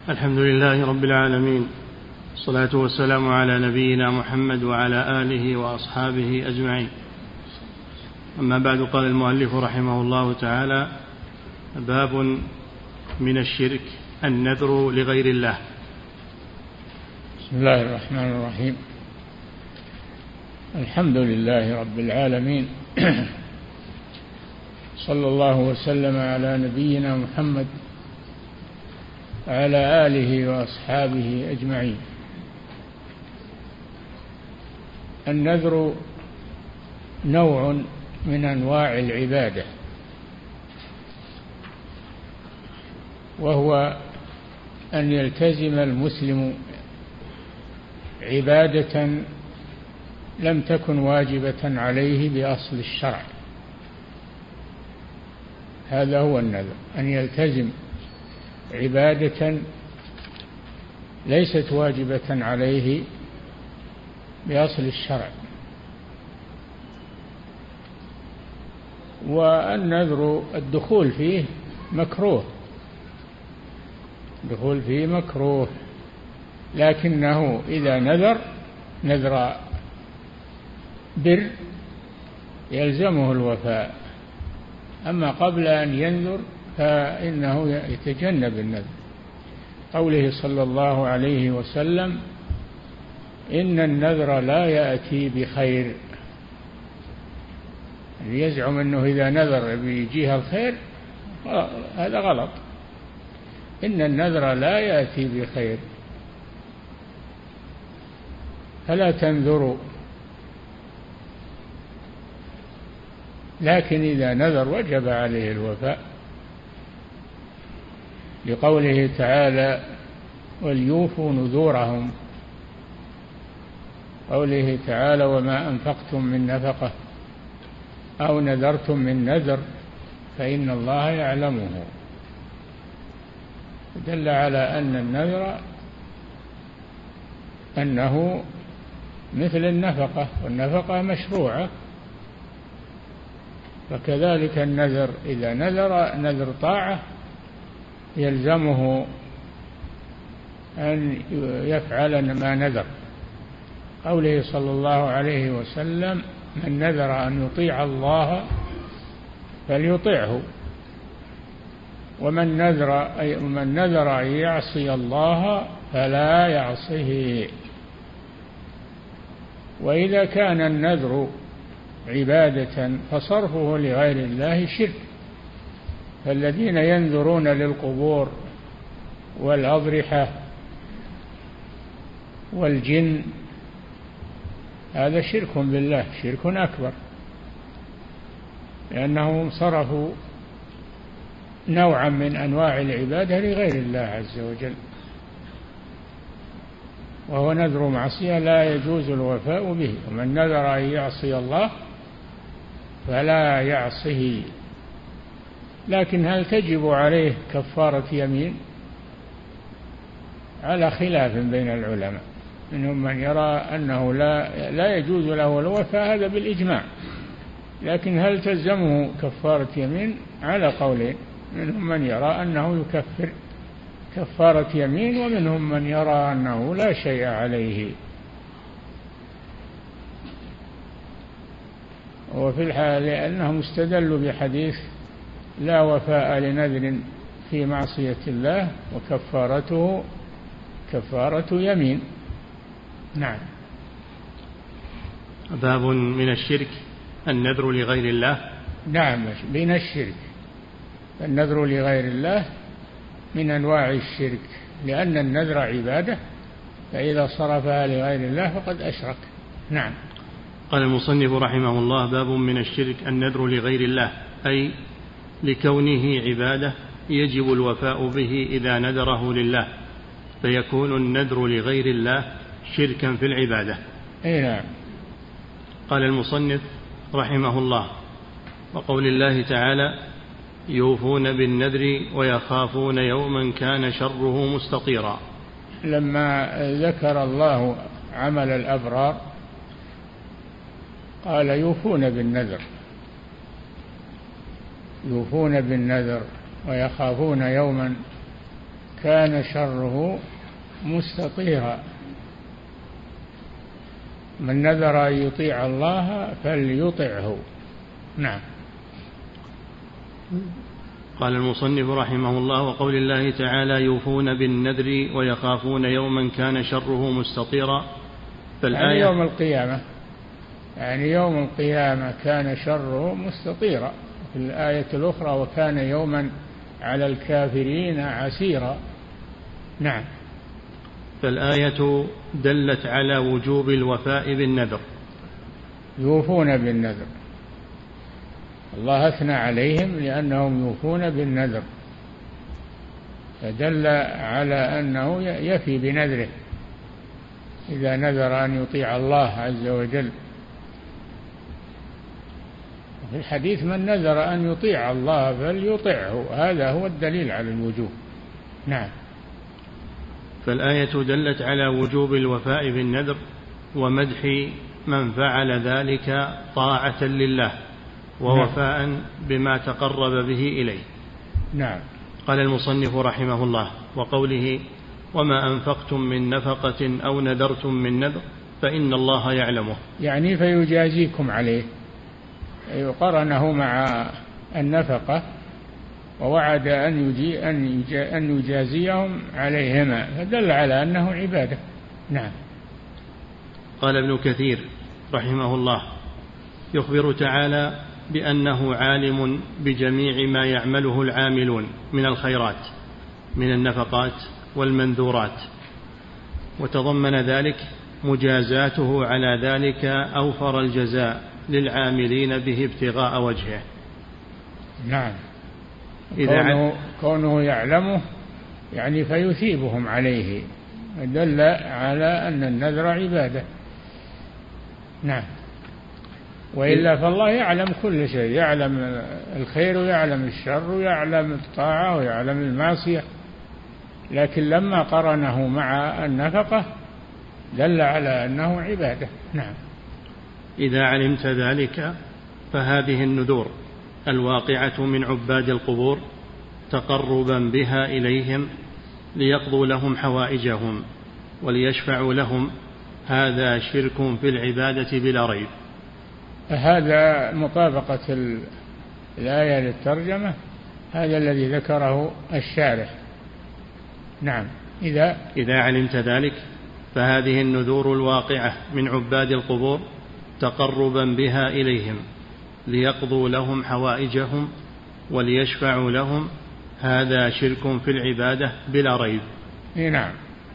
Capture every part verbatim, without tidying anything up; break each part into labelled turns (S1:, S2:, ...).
S1: الحمد لله رب العالمين، والصلاة والسلام على نبينا محمد وعلى آله وأصحابه أجمعين. أما بعد، قال المؤلف رحمه الله تعالى: باب من الشرك النذر لغير الله.
S2: بسم الله الرحمن الرحيم. الحمد لله رب العالمين، صلى الله وسلم على نبينا محمد وعلى آله وأصحابه أجمعين. النذر نوع من أنواع العبادة، وهو أن يلتزم المسلم عبادة لم تكن واجبة عليه بأصل الشرع. هذا هو النذر، أن يلتزم عبادة ليست واجبة عليه بأصل الشرع. والنذر الدخول فيه مكروه، الدخول فيه مكروه، لكنه إذا نذر نذر بر يلزمه الوفاء. أما قبل أن ينذر فإنه يتجنب النذر. قوله صلى الله عليه وسلم: إن النذر لا يأتي بخير. يزعم أنه إذا نذر بيجيها الخير، هذا غلط. إن النذر لا يأتي بخير، فلا تنذروا. لكن إذا نذر وجب عليه الوفاء، لقوله تعالى: وليوفوا نذورهم. قوله تعالى: وما أنفقتم من نفقة أو نذرتم من نذر فإن الله يعلمه. دل على أن النذر أنه مثل النفقة، والنفقة مشروعة. فكذلك النذر، إذا نذر نذر طاعة يلزمه أن يفعل ما نذر. قوله صلى الله عليه وسلم: من نذر أن يطيع الله فليطيعه، ومن نذر أي من نذر أن يعصي الله فلا يعصه. وإذا كان النذر عبادة فصرفه لغير الله شرك. فالذين ينذرون للقبور والأضرحة والجن هذا شرك بالله، شرك أكبر، لأنهم صرفوا نوعا من أنواع العبادة لغير الله عز وجل، وهو نذر معصية لا يجوز الوفاء به. ومن نذر أن يعصي الله فلا يعصه. لكن هل تجب عليه كفارة يمين؟ على خلاف بين العلماء، منهم من يرى أنه لا, لا يجوز له الوفاء، هذا بالإجماع. لكن هل تلزمه كفارة يمين؟ على قولين، منهم من يرى أنه يكفر كفارة يمين، ومنهم من يرى أنه لا شيء عليه. وفي الحال لأنهم استدلوا بحديث: لا وفاء لنذر في معصية الله وكفارته كفارة يمين. نعم.
S1: باب من الشرك النذر لغير الله.
S2: نعم، من الشرك النذر لغير الله من أنواع الشرك، لأن النذر عبادة، فإذا صرفها لغير الله فقد أشرك. نعم.
S1: قال المصنف رحمه الله: باب من الشرك النذر لغير الله، أي لكونه عبادة يجب الوفاء به إذا نذره لله، فيكون النذر لغير الله شركا في العبادة.
S2: أي نعم.
S1: قال المصنف رحمه الله: وقول الله تعالى: يوفون بالنذر ويخافون يوما كان شره مستطيرا.
S2: لما ذكر الله عمل الأبرار قال: يوفون بالنذر، يوفون بالنذر ويخافون يوما كان شره مستطيرا. من نذر أن يطيع الله فليطعه. نعم.
S1: قال المصنف رحمه الله: وقول الله تعالى: يوفون بالنذر ويخافون يوما كان شره مستطيرا.
S2: فالآية يعني يوم القيامة، يعني يوم القيامة كان شره مستطيرا. في الآية الأخرى: وكان يوما على الكافرين عسيرا. نعم.
S1: فالآية دلت على وجوب الوفاء بالنذر.
S2: يوفون بالنذر، الله أثنى عليهم لأنهم يوفون بالنذر، فدل على أنه يفي بنذره إذا نذر أن يطيع الله عز وجل. في الحديث: من نذر أن يطيع الله فليطعه. هذا هو الدليل على الوجوب. نعم.
S1: فالآية دلت على وجوب الوفاء بالنذر ومدح من فعل ذلك طاعة لله ووفاء بما تقرب به إليه.
S2: نعم.
S1: قال المصنف رحمه الله: وقوله: وما أنفقتم من نفقة أو نذرتم من نذر فإن الله يعلمه،
S2: يعني فيجازيكم عليه. قرنه مع النفقة ووعد أن يجي أن يجازيهم عليهما، فدل على أنه عبادة. نعم.
S1: قال ابن كثير رحمه الله: يخبر تعالى بأنه عالم بجميع ما يعمله العاملون من الخيرات من النفقات والمنذورات، وتضمن ذلك مجازاته على ذلك أوفر الجزاء للعاملين به ابتغاء وجهه.
S2: نعم. إذا كونه, كونه يعلمه يعني فيثيبهم عليه، دل على أن النذر عبادة. نعم. وإلا فالله يعلم كل شيء، يعلم الخير ويعلم الشر ويعلم الطاعة ويعلم المعصية، لكن لما قرنه مع النفقة دل على أنه عبادة. نعم.
S1: إذا علمت ذلك فهذه النذور الواقعة من عباد القبور تقربا بها إليهم ليقضوا لهم حوائجهم وليشفعوا لهم، هذا شرك في العبادة بلا ريب.
S2: هذا مطابقة الآية للترجمة، هذا الذي ذكره الشارح. نعم. إذا
S1: إذا علمت ذلك فهذه النذور الواقعة من عباد القبور تقربا بها إليهم ليقضوا لهم حوائجهم وليشفعوا لهم، هذا شرك في العبادة بلا ريب.
S2: نعم.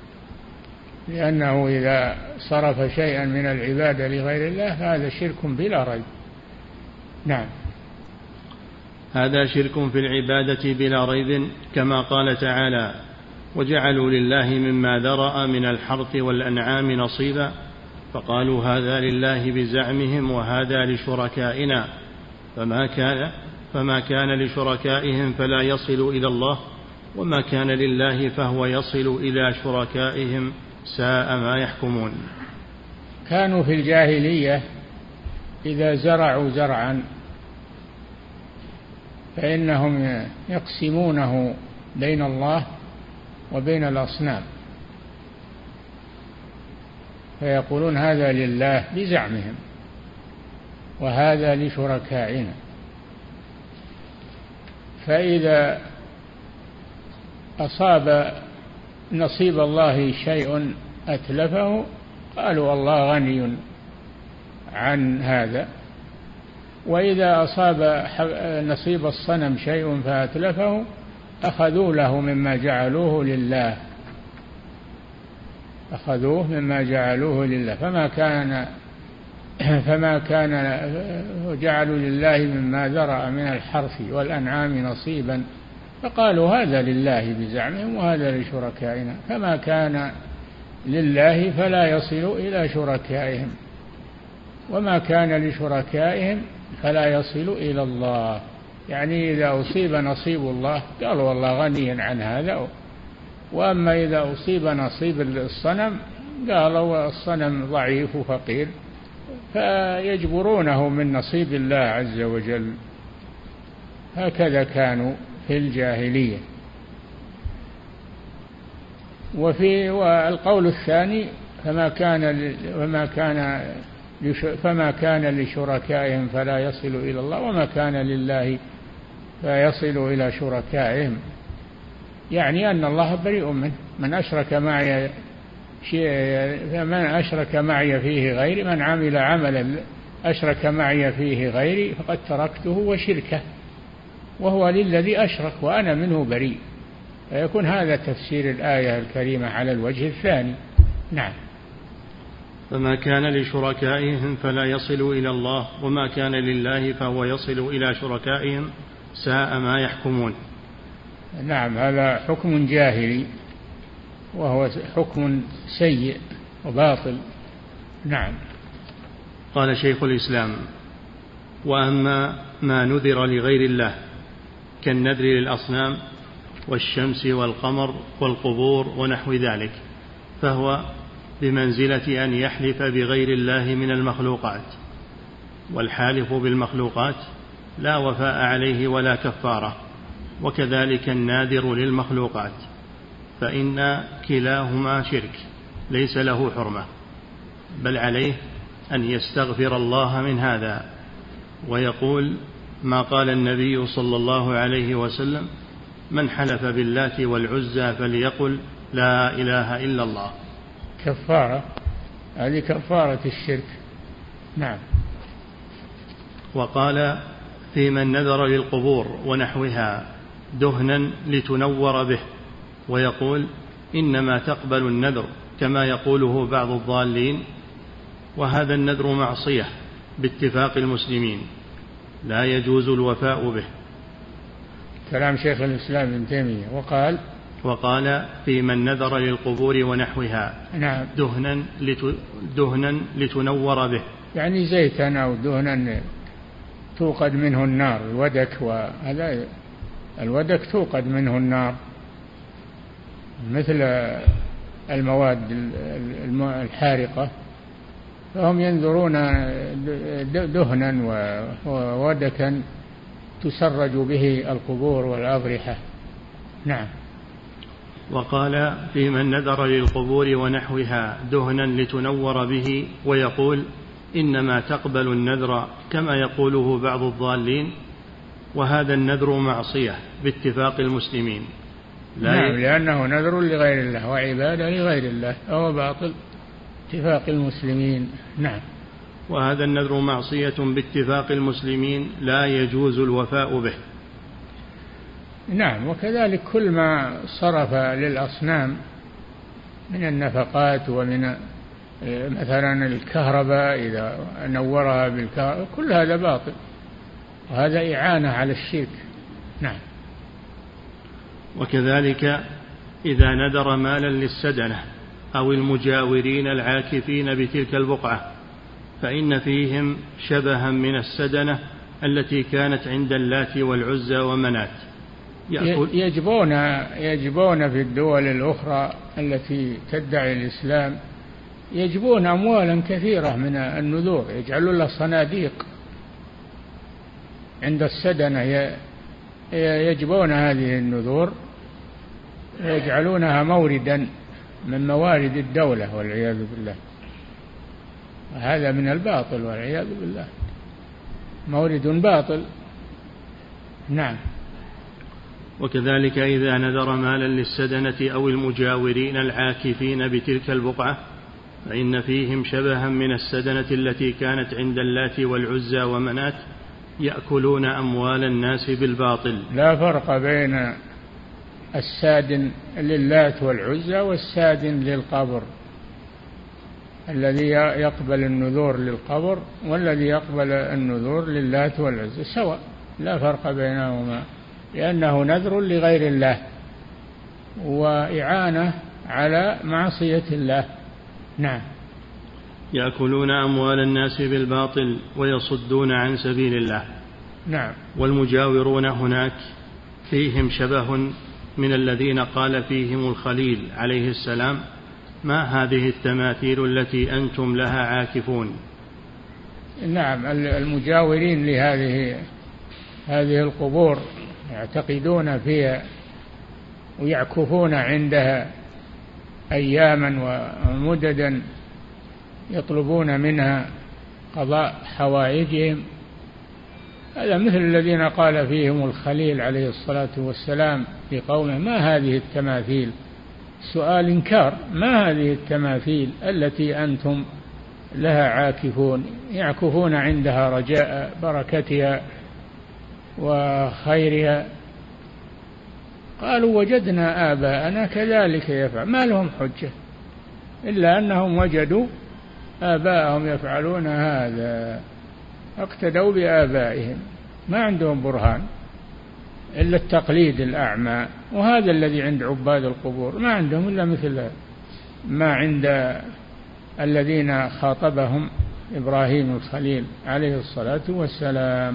S2: لأنه إذا صرف شيئا من العبادة لغير الله هذا شرك بلا ريب. نعم.
S1: هذا شرك في العبادة بلا ريب، كما قال تعالى: وجعلوا لله مما ذرأ من الحرث والأنعام نصيبا فقالوا هذا لله بزعمهم وهذا لشركائنا فما كان فما كان لشركائهم فلا يصل إلى الله وما كان لله فهو يصل إلى شركائهم ساء ما يحكمون.
S2: كانوا في الجاهلية إذا زرعوا زرعا فإنهم يقسمونه بين الله وبين الأصنام، فيقولون هذا لله بزعمهم وهذا لشركائنا، فإذا أصاب نصيب الله شيء أتلفه قالوا الله غني عن هذا، وإذا أصاب نصيب الصنم شيء فأتلفه أخذوا له مما جعلوه لله أخذوه مما جعلوه لله فما كان فما كان جعلوا لله مما ذرأ من الحرث والأنعام نصيبا فقالوا هذا لله بزعمهم وهذا لشركائنا، فما كان لله فلا يصل إلى شركائهم وما كان لشركائهم فلا يصل إلى الله. يعني إذا أصيب نصيب الله قالوا والله غني عن هذا، وأما إذا أصيب نصيب الصنم قالوا الصنم ضعيف وفقير، فيجبرونه من نصيب الله عز وجل. هكذا كانوا في الجاهلية. وفي والقول الثاني فما كان وما كان فما كان لشركائهم فلا يصل إلى الله وما كان لله فيصل إلى شركائهم، يعني أن الله بريء منه. من أشرك معي من أشرك معي فيه غيري من عمل عملا أشرك معي فيه غيري فقد تركته وشركه وهو للذي أشرك وأنا منه بريء. فيكون هذا تفسير الآية الكريمة على الوجه الثاني. نعم.
S1: فما كان لشركائهم فلا يصل إلى الله وما كان لله فهو يصل إلى شركائهم ساء ما يحكمون.
S2: نعم، هذا حكم جاهلي وهو حكم سيء وباطل. نعم.
S1: قال شيخ الإسلام: وأما ما نذر لغير الله كالنذر للأصنام والشمس والقمر والقبور ونحو ذلك فهو بمنزلة أن يحلف بغير الله من المخلوقات، والحالف بالمخلوقات لا وفاء عليه ولا كفارة، وكذلك الناذر للمخلوقات، فإن كلاهما شرك ليس له حرمة، بل عليه أن يستغفر الله من هذا ويقول ما قال النبي صلى الله عليه وسلم: من حلف باللات والعزى فليقل لا إله إلا الله.
S2: كفارة، هذه كفارة الشرك. نعم.
S1: وقال: في من نذر للقبور ونحوها دهنا لتنور به، ويقول: إنما تقبل النذر كما يقوله بعض الضالين، وهذا النذر معصية باتفاق المسلمين لا يجوز الوفاء به.
S2: كلام شيخ الإسلام ابن تيمية. وقال
S1: وقال في من نذر للقبور ونحوها
S2: نعم
S1: دهنا, لت دهنا لتنور به،
S2: يعني زيتا أو دهنا توقد منه النار، الودك، وهذا الودك توقد منه النار مثل المواد الحارقة، فهم ينذرون دهنا وودكا تسرج به القبور والأضرحة. نعم.
S1: وقال في من نذر للقبور ونحوها دهنا لتنور به، ويقول: إنما تقبل النذر كما يقوله بعض الضالين، وهذا النذر معصية باتفاق المسلمين
S2: لا نعم، لأنه نذر لغير الله وعبادة لغير الله، أو باطل اتفاق المسلمين. نعم.
S1: وهذا النذر معصية باتفاق المسلمين لا يجوز الوفاء به.
S2: نعم. وكذلك كل ما صرف للأصنام من النفقات ومن مثلا الكهرباء إذا نورها بالكهرباء كل هذا باطل، وهذا إعانة على الشرك. نعم.
S1: وكذلك إذا نذر مالا للسدنة أو المجاورين العاكفين بتلك البقعة فإن فيهم شبها من السدنة التي كانت عند اللات والعزى ومنات.
S2: يجبون يجبون في الدول الأخرى التي تدعي الإسلام يجبون أموالا كثيرة من النذور، يجعلون له صناديق عند السدنة، يجبون هذه النذور ويجعلونها موردا من موارد الدولة والعياذ بالله. هذا من الباطل والعياذ بالله، مورد باطل. نعم.
S1: وكذلك إذا نذر مالا للسدنة أو المجاورين العاكفين بتلك البقعة فإن فيهم شبها من السدنة التي كانت عند اللات والعزى ومنات يأكلون أموال الناس بالباطل.
S2: لا فرق بين السادن للات والعزى والسادن للقبر، الذي يقبل النذور للقبر والذي يقبل النذور للات والعزى سواء، لا فرق بينهما، لأنه نذر لغير الله وإعانة على معصية الله. نعم.
S1: يأكلون أموال الناس بالباطل ويصدون عن سبيل الله.
S2: نعم.
S1: والمجاورون هناك فيهم شبه من الذين قال فيهم الخليل عليه السلام: ما هذه التماثيل التي أنتم لها عاكفون.
S2: نعم. المجاورين لهذه هذه القبور يعتقدون فيها ويعكفون عندها أياما ومددا يطلبون منها قضاء حوائجهم. هذا مثل الذين قال فيهم الخليل عليه الصلاة والسلام في قومه: ما هذه التماثيل؟ سؤال إنكار: ما هذه التماثيل التي أنتم لها عاكفون، يعكفون عندها رجاء بركتها وخيرها؟ قالوا: وجدنا آباءنا كذلك يفعل. ما لهم حجة إلا أنهم وجدوا آباءهم يفعلون هذا، اقتدوا بآبائهم، ما عندهم برهان إلا التقليد الأعمى. وهذا الذي عند عباد القبور، ما عندهم إلا مثل ما عند الذين خاطبهم إبراهيم الخليل عليه الصلاة والسلام،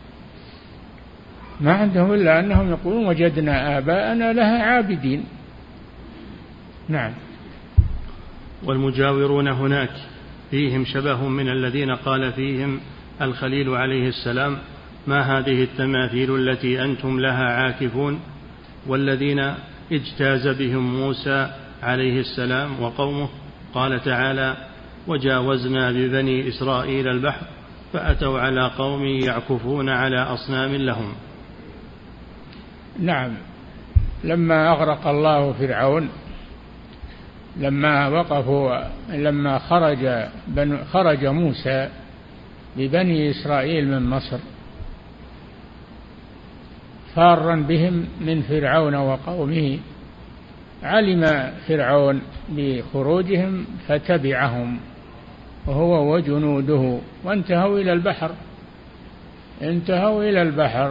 S2: ما عندهم إلا أنهم يقولون: وجدنا آباءنا لها عابدين. نعم.
S1: والمجاورون هناك فيهم شبه من الذين قال فيهم الخليل عليه السلام: ما هذه التماثيل التي أنتم لها عاكفون؟ والذين اجتاز بهم موسى عليه السلام وقومه، قال تعالى: وجاوزنا ببني إسرائيل البحر فأتوا على قوم يعكفون على أصنام لهم.
S2: نعم. لما أغرق الله فرعون، لما وقفوا لما خرج خرج موسى ببني إسرائيل من مصر فارا بهم من فرعون وقومه، علم فرعون بخروجهم فتبعهم وهو وجنوده، وانتهوا إلى البحر انتهوا إلى البحر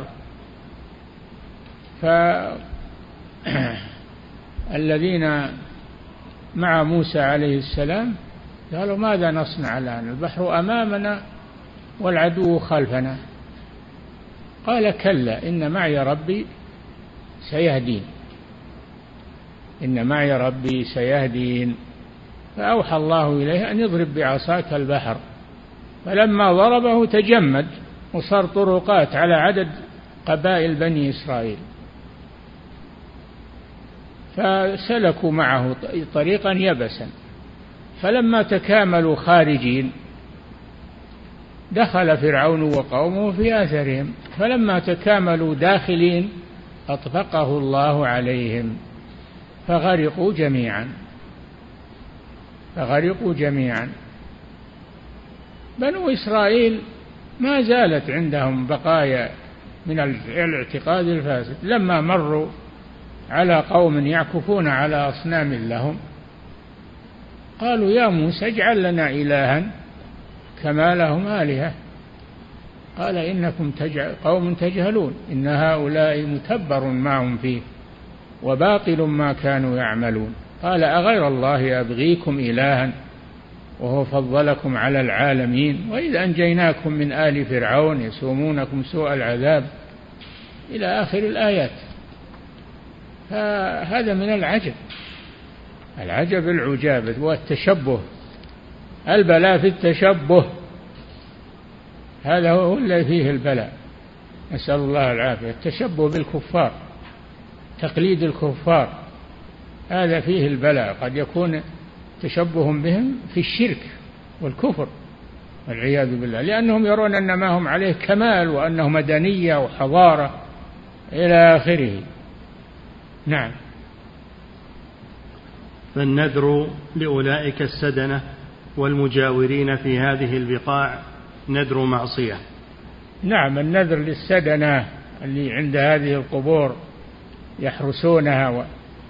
S2: فالذين مع موسى عليه السلام قالوا: ماذا نصنع الآن؟ البحر أمامنا والعدو خلفنا. قال: كلا، إن معي ربي سيهدين إن معي ربي سيهدين فأوحى الله إليه أن يضرب بعصاك البحر، فلما ضربه تجمد وصار طرقات على عدد قبائل بني إسرائيل، فسلكوا معه طريقا يبسا، فلما تكاملوا خارجين دخل فرعون وقومه في آثارهم، فلما تكاملوا داخلين أطبقه الله عليهم فغرقوا جميعا فغرقوا جميعا. بنو إسرائيل ما زالت عندهم بقايا من الاعتقاد الفاسد، لما مروا على قوم يعكفون على أصنام لهم قالوا: يا موسى اجعل لنا إلها كما لهم آلهة. قال: إنكم قوم تجهلون، إن هؤلاء متبر ما هم فيه وباطل ما كانوا يعملون. قال: أغير الله أبغيكم إلها وهو فضلكم على العالمين، وإذ أنجيناكم من آل فرعون يسومونكم سوء العذاب، إلى آخر الآيات. فهذا من العجب العجب العجاب والتشبه، البلاء في التشبه، هذا هو اللي فيه البلاء، نسأل الله العافية. التشبه بالكفار، تقليد الكفار، هذا فيه البلاء. قد يكون تشبه بهم في الشرك والكفر والعياذ بالله، لأنهم يرون أن ما هم عليه كمال وأنه مدنية وحضارة إلى آخره. نعم.
S1: فالنذر لأولئك السدنة والمجاورين في هذه البقاع نذر معصية.
S2: نعم، النذر للسدنة اللي عند هذه القبور يحرسونها، و...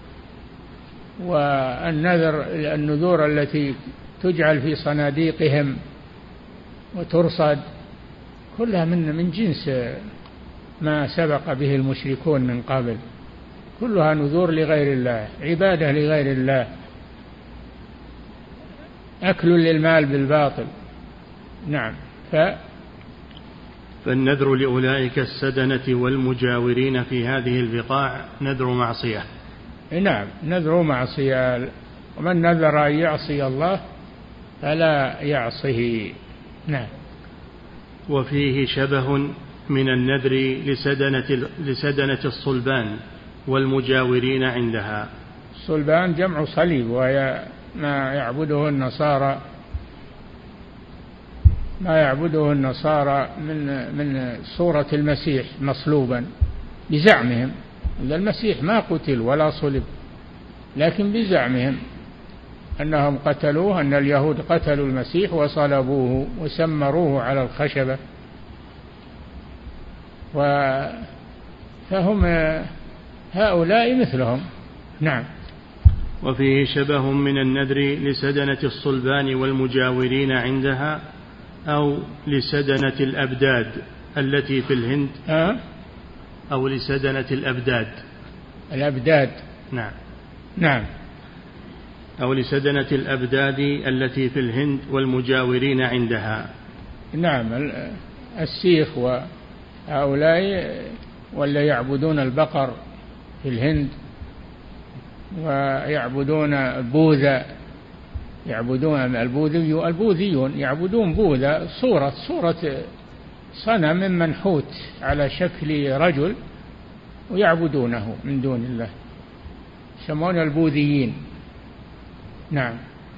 S2: والنذر النذور التي تجعل في صناديقهم وترصد، كلها من من جنس ما سبق به المشركون من قبل، كلها نذور لغير الله، عبادة لغير الله، أكل للمال بالباطل. نعم. ف
S1: فالنذر لأولئك السدنة والمجاورين في هذه البقاع نذر معصية.
S2: نعم، نذر معصية، ومن نذر أن يعصي الله فلا يعصه. نعم.
S1: وفيه شبه من النذر لسدنة, لسدنة الصلبان والمجاورين عندها.
S2: الصلبان جمع صليب، وهي ما يعبده النصارى ما يعبده النصارى من من صورة المسيح مصلوبا بزعمهم. المسيح ما قتل ولا صلب، لكن بزعمهم أنهم قتلوه، أن اليهود قتلوا المسيح وصلبوه وسمروه على الخشبة. فهم هؤلاء مثلهم. نعم.
S1: وفيه شبه من النذر لسدنة الصلبان والمجاورين عندها، أو لسدنة الأبداد التي في الهند،
S2: أه؟
S1: أو لسدنة الأبداد
S2: الأبداد
S1: نعم
S2: نعم
S1: أو لسدنة الأبداد التي في الهند والمجاورين عندها.
S2: نعم. السيخ وهؤلاء ولا يعبدون البقر في الهند، ويعبدون بوذا، يعبدون البوذي البوذيون يعبدون بوذا، صورة صورة صنم منحوت على شكل رجل، ويعبدونه من دون الله، يسمون البوذيين. نعم.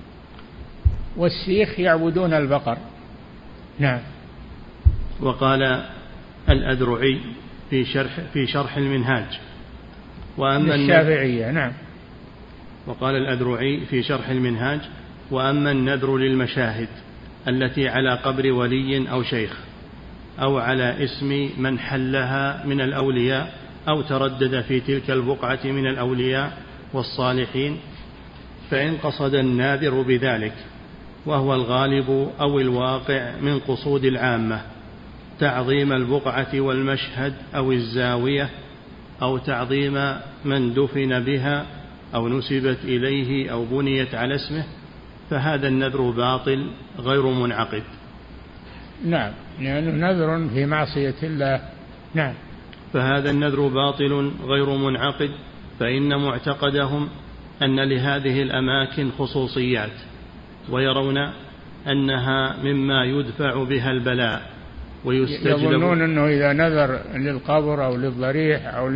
S2: والسيخ يعبدون البقر. نعم.
S1: وقال الأذرعي في شرح في شرح المنهاج وأما
S2: الشافعية. نعم.
S1: وقال الأذرعي في شرح المنهاج: وأما النذر للمشاهد التي على قبر ولي أو شيخ، أو على اسم من حلها من الأولياء، أو تردد في تلك البقعة من الأولياء والصالحين، فإن قصد الناذر بذلك، وهو الغالب أو الواقع من قصود العامة، تعظيم البقعة والمشهد أو الزاوية، أو تعظيم من دفن بها أو نسبت إليه أو بنيت على اسمه، فهذا النذر باطل غير منعقد.
S2: نعم، لأنه نذر في معصية الله. نعم.
S1: فهذا النذر باطل غير منعقد، فإن معتقدهم أن لهذه الأماكن خصوصيات، ويرون أنها مما يدفع بها البلاء ويستجلب.
S2: يظنون أنه إذا نذر للقبر أو للضريح أو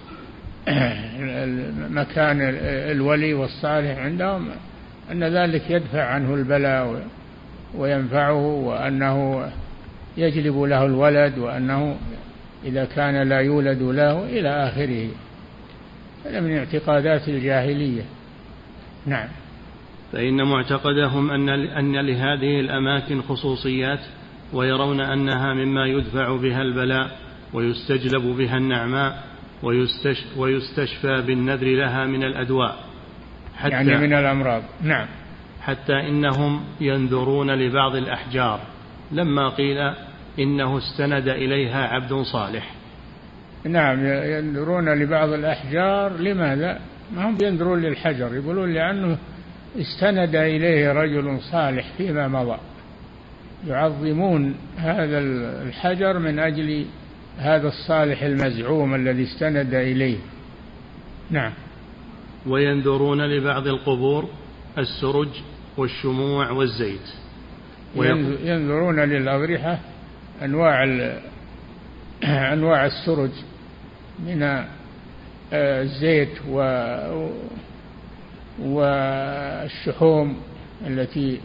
S2: لمكان الولي والصالح عندهم أن ذلك يدفع عنه البلاء وينفعه، وأنه يجلب له الولد، وأنه إذا كان لا يولد له إلى آخره. هذا من اعتقادات الجاهلية. نعم.
S1: فإن معتقدهم أن أن لهذه الأماكن خصوصيات، ويرون أنها مما يدفع بها البلاء ويستجلب بها النعماء ويستشفى بالنذر لها من الأدواء،
S2: حتى يعني من الأمراض. نعم.
S1: حتى إنهم ينذرون لبعض الأحجار لما قيل إنه استند إليها عبد صالح.
S2: نعم، ينذرون لبعض الأحجار. لماذا؟ ما هم ينذرون للحجر، يقولون لأنه استند إليه رجل صالح فيما مضى، يعظمون هذا الحجر من أجل هذا الصالح المزعوم الذي استند إليه. نعم.
S1: وينذرون لبعض القبور السرج والشموع والزيت.
S2: ينذرون للأضرحة أنواع أنواع السرج من الزيت والشحوم التي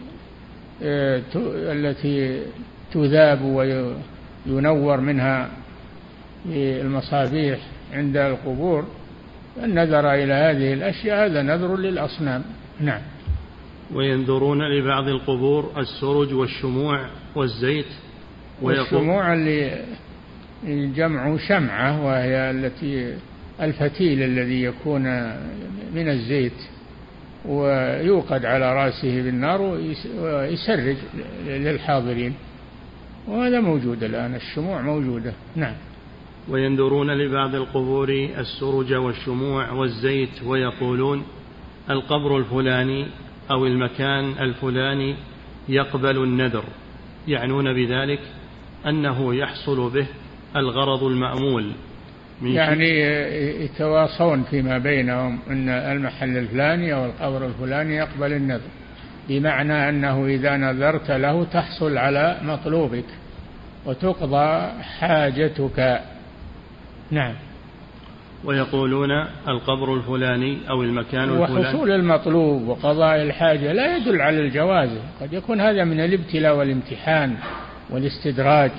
S2: التي تذاب وينور منها المصابيح عند القبور. النذر إلى هذه الأشياء هذا نذر للأصنام. نعم.
S1: وينذرون لبعض القبور السرج والشموع والزيت.
S2: والشموع اللي جمع شمعة، وهي التي الفتيل الذي يكون من الزيت ويوقد على رأسه بالنار ويسرج للحاضرين، وهذا موجود الآن، الشموع موجودة. نعم.
S1: وينذرون لبعض القبور السرج والشموع والزيت، ويقولون القبر الفلاني أو المكان الفلاني يقبل النذر، يعنون بذلك أنه يحصل به الغرض المأمول.
S2: يعني يتواصون فيما بينهم أن المحل الفلاني أو القبر الفلاني يقبل النذر، بمعنى أنه إذا نذرت له تحصل على مطلوبك وتقضى حاجتك. نعم.
S1: ويقولون القبر الفلاني أو المكان الفلاني.
S2: وحصول المطلوب وقضاء الحاجة لا يدل على الجواز، قد يكون هذا من الابتلاء والامتحان والاستدراج،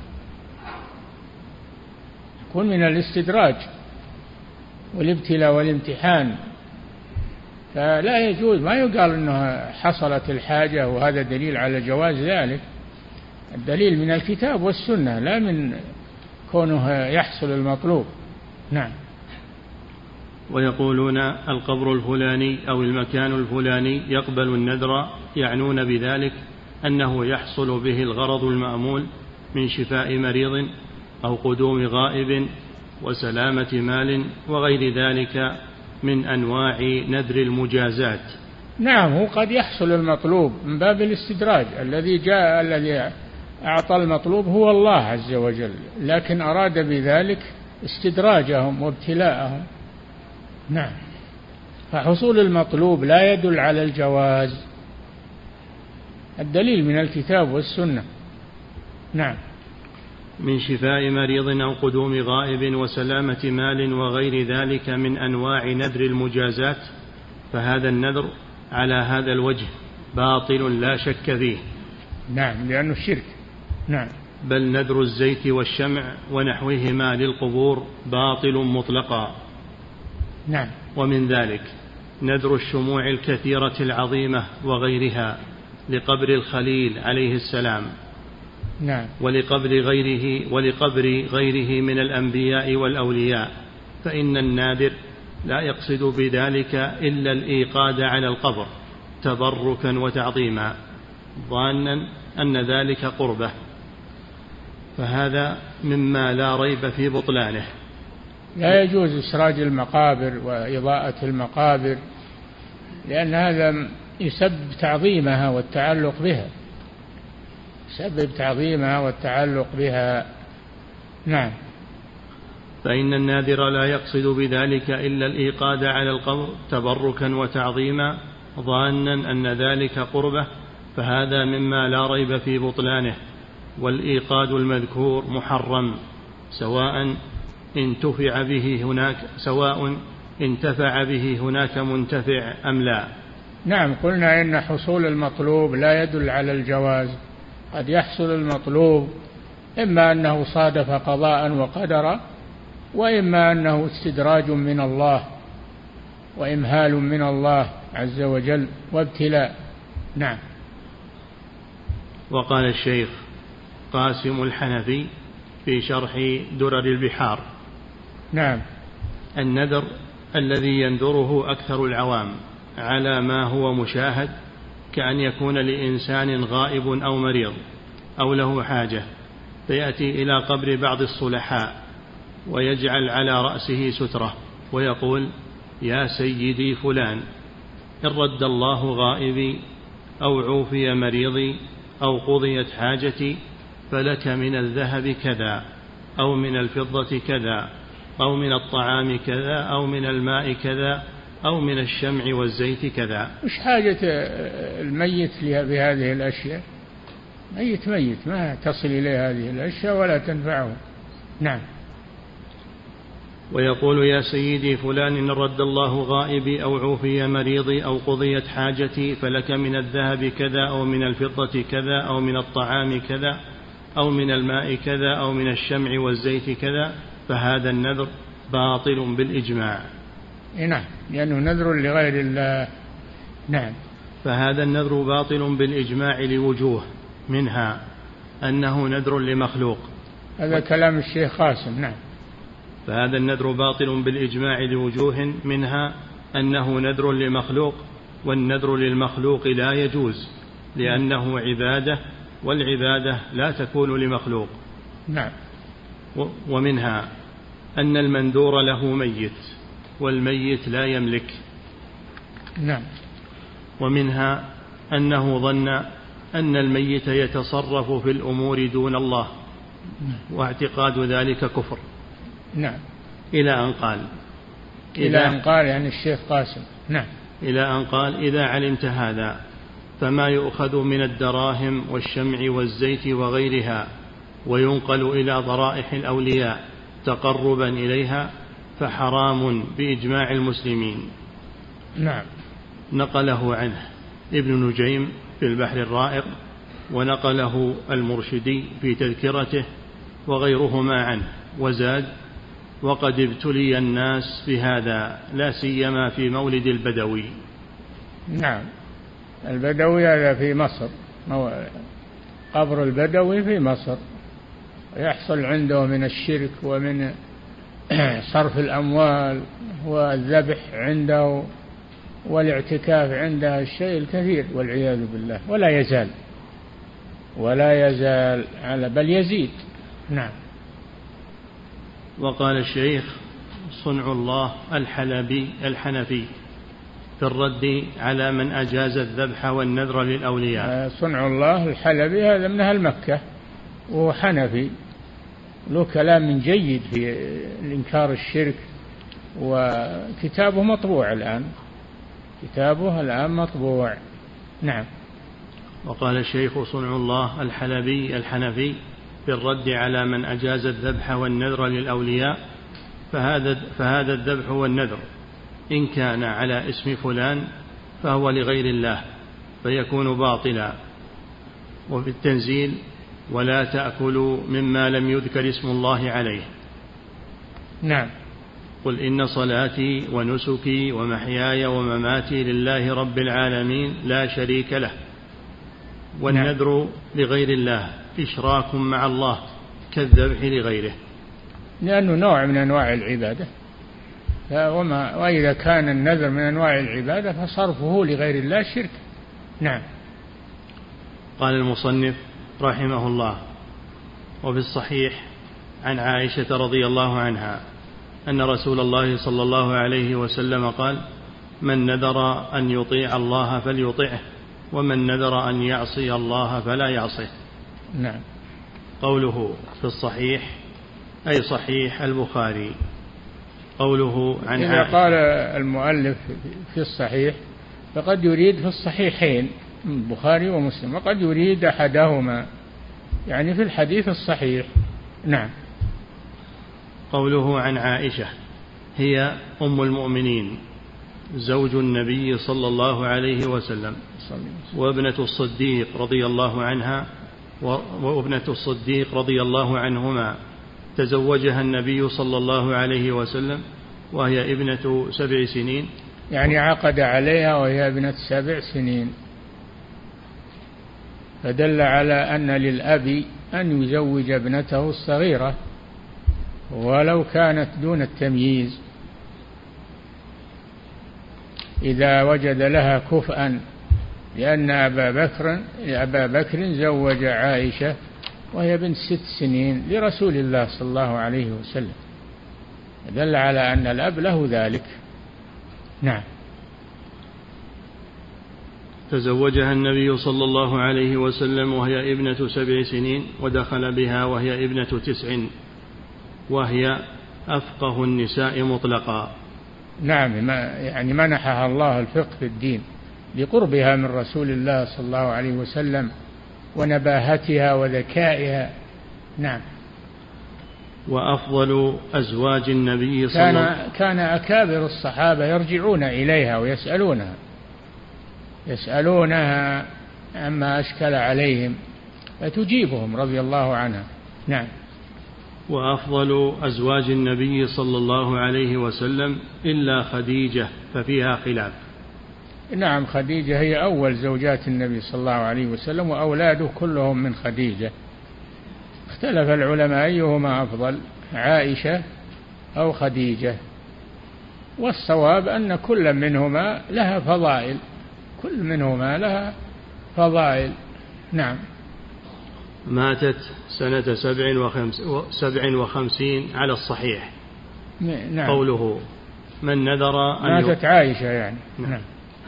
S2: يكون من الاستدراج والابتلاء والامتحان، فلا يجوز، ما يقال أنه حصلت الحاجة وهذا دليل على جواز ذلك. الدليل من الكتاب والسنة لا من كونه يحصل المطلوب. نعم.
S1: ويقولون القبر الفلاني أو المكان الفلاني يقبل النذر، يعنون بذلك أنه يحصل به الغرض المأمول من شفاء مريض أو قدوم غائب وسلامة مال وغير ذلك من أنواع نذر المجازات.
S2: نعم، هو قد يحصل المطلوب من باب الاستدراج، الذي جاء الذي أعطى المطلوب هو الله عز وجل، لكن أراد بذلك استدراجهم وابتلاءهم. نعم، فحصول المطلوب لا يدل على الجواز، الدليل من الكتاب والسنة. نعم.
S1: من شفاء مريض أو قدوم غائب وسلامة مال وغير ذلك من أنواع نذر المجازات، فهذا النذر على هذا الوجه باطل لا شك فيه.
S2: نعم، لأنه الشرك. نعم.
S1: بل نذر الزيت والشمع ونحوهما للقبور باطل مطلقا.
S2: نعم. ومن
S1: ذلك نذر الشموع الكثيرة العظيمة وغيرها لقبر الخليل عليه السلام.
S2: نعم.
S1: ولقبر غيره ولقبر غيره من الأنبياء والأولياء، فإن الناذر لا يقصد بذلك إلا الإيقاد على القبر تبركا وتعظيما ظانا أن ذلك قربه، فهذا مما لا ريب في بطلانه.
S2: لا يجوز إسراج المقابر وإضاءة المقابر، لأن هذا يسبب تعظيمها والتعلق بها، يسبب تعظيمها والتعلق بها. نعم.
S1: فإن الناذر لا يقصد بذلك إلا الإيقاد على القبر تبركا وتعظيما ظانا أن ذلك قربه، فهذا مما لا ريب في بطلانه. والإيقاد المذكور محرم سواء انتفع به هناك سواء انتفع به هناك منتفع أم لا.
S2: نعم، قلنا إن حصول المطلوب لا يدل على الجواز، قد يحصل المطلوب إما أنه صادف قضاء وقدرا، وإما أنه استدراج من الله وإمهال من الله عز وجل وابتلاء. نعم.
S1: وقال الشيخ قاسم الحنفي في شرح درر البحار:
S2: نعم.
S1: النذر الذي ينذره أكثر العوام على ما هو مشاهد، كأن يكون لإنسان غائب أو مريض أو له حاجة، فيأتي إلى قبر بعض الصلحاء ويجعل على رأسه سترة ويقول: يا سيدي فلان، إن رد الله غائبي أو عوفي مريضي أو قضيت حاجتي فلك من الذهب كذا أو من الفضة كذا أو من الطعام كذا أو من الماء كذا أو من الشمع والزيت كذا.
S2: مش حاجة الميت بهذه الأشياء، ميت ميت ما تصل إليه هذه الأشياء ولا تنفعه. نعم.
S1: ويقول: يا سيدي فلان، إن رد الله غائبي أو عوفي مريضي أو قضيت حاجتي فلك من الذهب كذا أو من الفضة كذا أو من الطعام كذا أو من الماء كذا أو من الشمع والزيت كذا، فهذا النذر باطل بالإجماع.
S2: نعم، لأنه نذر لغير الله. نعم.
S1: فهذا النذر باطل بالإجماع لوجوه، منها أنه نذر لمخلوق.
S2: هذا كلام الشيخ قاسم. نعم.
S1: فهذا النذر باطل بالإجماع لوجوه، منها أنه نذر لمخلوق، والنذر للمخلوق لا يجوز لأنه عبادة، والعبادة لا تكون لمخلوق.
S2: نعم.
S1: ومنها أن المنذور له ميت والميت لا يملك.
S2: نعم.
S1: ومنها أنه ظن أن الميت يتصرف في الأمور دون الله، واعتقاد ذلك كفر.
S2: نعم.
S1: إلى أن قال
S2: إلى أن قال يعني الشيخ قاسم. نعم.
S1: إلى أن قال: إذا علمت هذا فما يؤخذ من الدراهم والشمع والزيت وغيرها وينقل إلى ضرائح الأولياء تقربا إليها، فحرام بإجماع المسلمين.
S2: نعم.
S1: نقله عنه ابن نجيم في البحر الرائق، ونقله المرشدي في تذكرته وغيرهما عنه، وزاد: وقد ابتلي الناس بهذا لا سيما في مولد البدوي.
S2: نعم، البدوي هذا في مصر، قبر البدوي في مصر، يحصل عنده من الشرك ومن صرف الأموال والذبح عنده والاعتكاف عنده الشيء الكثير والعياذ بالله، ولا يزال ولا يزال على بل يزيد. نعم.
S1: وقال الشيخ صنع الله الحلبي الحنفي في الرد على من أجاز الذبح والنذر للأولياء.
S2: صنع الله الحلبي هذا من أهل مكة وهو حنفي، له كلام جيد في إنكار الشرك، وكتابه مطبوع الآن، كتابه الآن مطبوع. نعم.
S1: وقال الشيخ صنع الله الحلبي الحنفي في الرد على من أجاز الذبح والنذر للأولياء: فهذا, فهذا الذبح والنذر إن كان على اسم فلان فهو لغير الله فيكون باطلا. وفي التنزيل: ولا تأكلوا مما لم يذكر اسم الله عليه.
S2: نعم.
S1: قل إن صلاتي ونسكي ومحياي ومماتي لله رب العالمين لا شريك له. والنذر نعم. لغير الله إشراك مع الله كالذبح لغيره،
S2: لأنه نوع من أنواع العبادة، وما وإذا كان النذر من أنواع العبادة فصرفه لغير الله شرك. نعم.
S1: قال المصنف رحمه الله: وفي الصحيح عن عائشة رضي الله عنها أن رسول الله صلى الله عليه وسلم قال: من نذر أن يطيع الله فليطعه، ومن نذر أن يعصي الله فلا يعصيه.
S2: نعم.
S1: قوله في الصحيح أي صحيح البخاري. قوله عن
S2: إذا
S1: عائشة
S2: قال المؤلف في الصحيح فقد يريد في الصحيحين البخاري ومسلم، وقد يريد أحدهما، يعني في الحديث الصحيح. نعم.
S1: قوله عن عائشة هي أم المؤمنين زوج النبي صلى الله عليه وسلم وابنة الصديق رضي الله عنها وابنة الصديق رضي الله عنهما، تزوجها النبي صلى الله عليه وسلم وهي ابنة سبع سنين،
S2: يعني عقد عليها وهي ابنة سبع سنين، فدل على أن للأب أن يزوج ابنته الصغيرة ولو كانت دون التمييز إذا وجد لها كفءا، لأن أبا بكر أبا بكر زوج عائشة وهي بنت ست سنين لرسول الله صلى الله عليه وسلم، دل على أن الأب له ذلك. نعم.
S1: تزوجها النبي صلى الله عليه وسلم وهي ابنة سبع سنين، ودخل بها وهي ابنة تسع، وهي أفقه النساء مطلقا.
S2: نعم، ما يعني منحها الله الفقه في الدين لقربها من رسول الله صلى الله عليه وسلم ونباهتها وذكائها. نعم.
S1: وأفضل أزواج النبي صلى الله عليه وسلم
S2: كان, كان أكابر الصحابة يرجعون إليها ويسألونها يسألونها عما أشكل عليهم فتجيبهم رضي الله عنها. نعم.
S1: وأفضل أزواج النبي صلى الله عليه وسلم إلا خديجة ففيها خلاف.
S2: نعم، خديجة هي أول زوجات النبي صلى الله عليه وسلم، وأولاده كلهم من خديجة. اختلف العلماء أيهما أفضل، عائشة أو خديجة، والصواب أن كل منهما لها فضائل، كل منهما لها فضائل. نعم.
S1: ماتت سنة سبع, وخمس سبع وخمسين على الصحيح.
S2: نعم.
S1: قوله من نذر أن
S2: ماتت عائشة يعني.
S1: نعم.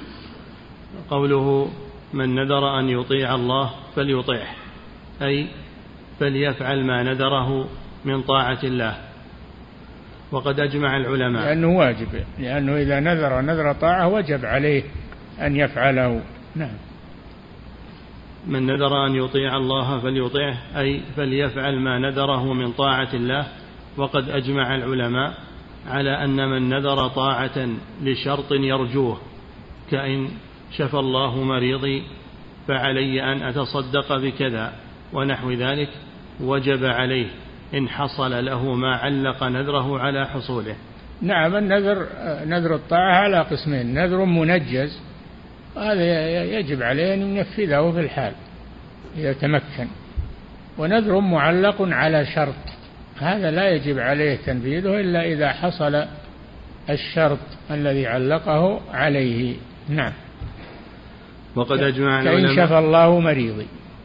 S1: قوله من نذر أن يطيع الله فليطيعه، أي فليفعل ما نذره من طاعة الله. وقد أجمع العلماء
S2: لأنه واجب، لأنه إذا نذر نذر طاعة وجب عليه أن يفعله. نعم.
S1: من نذر أن يطيع الله فليطيعه، أي فليفعل ما نذره من طاعة الله. وقد أجمع العلماء على أن من نذر طاعة لشرط يرجوه كأن شفى الله مريضي فعلي أن أتصدق بكذا ونحو ذلك وجب عليه إن حصل له ما علق نذره على حصوله.
S2: نعم، النذر نذر الطاعة على قسمين: نذر منجز، هذا يجب عليه أن ينفذه في الحال إذا تمكن، ونذر معلق على شرط، هذا لا يجب عليه تنفيذه إلا إذا حصل الشرط الذي علقه عليه. نعم.
S1: وقد أجمع العلماء
S2: كإن شفى الله مريضي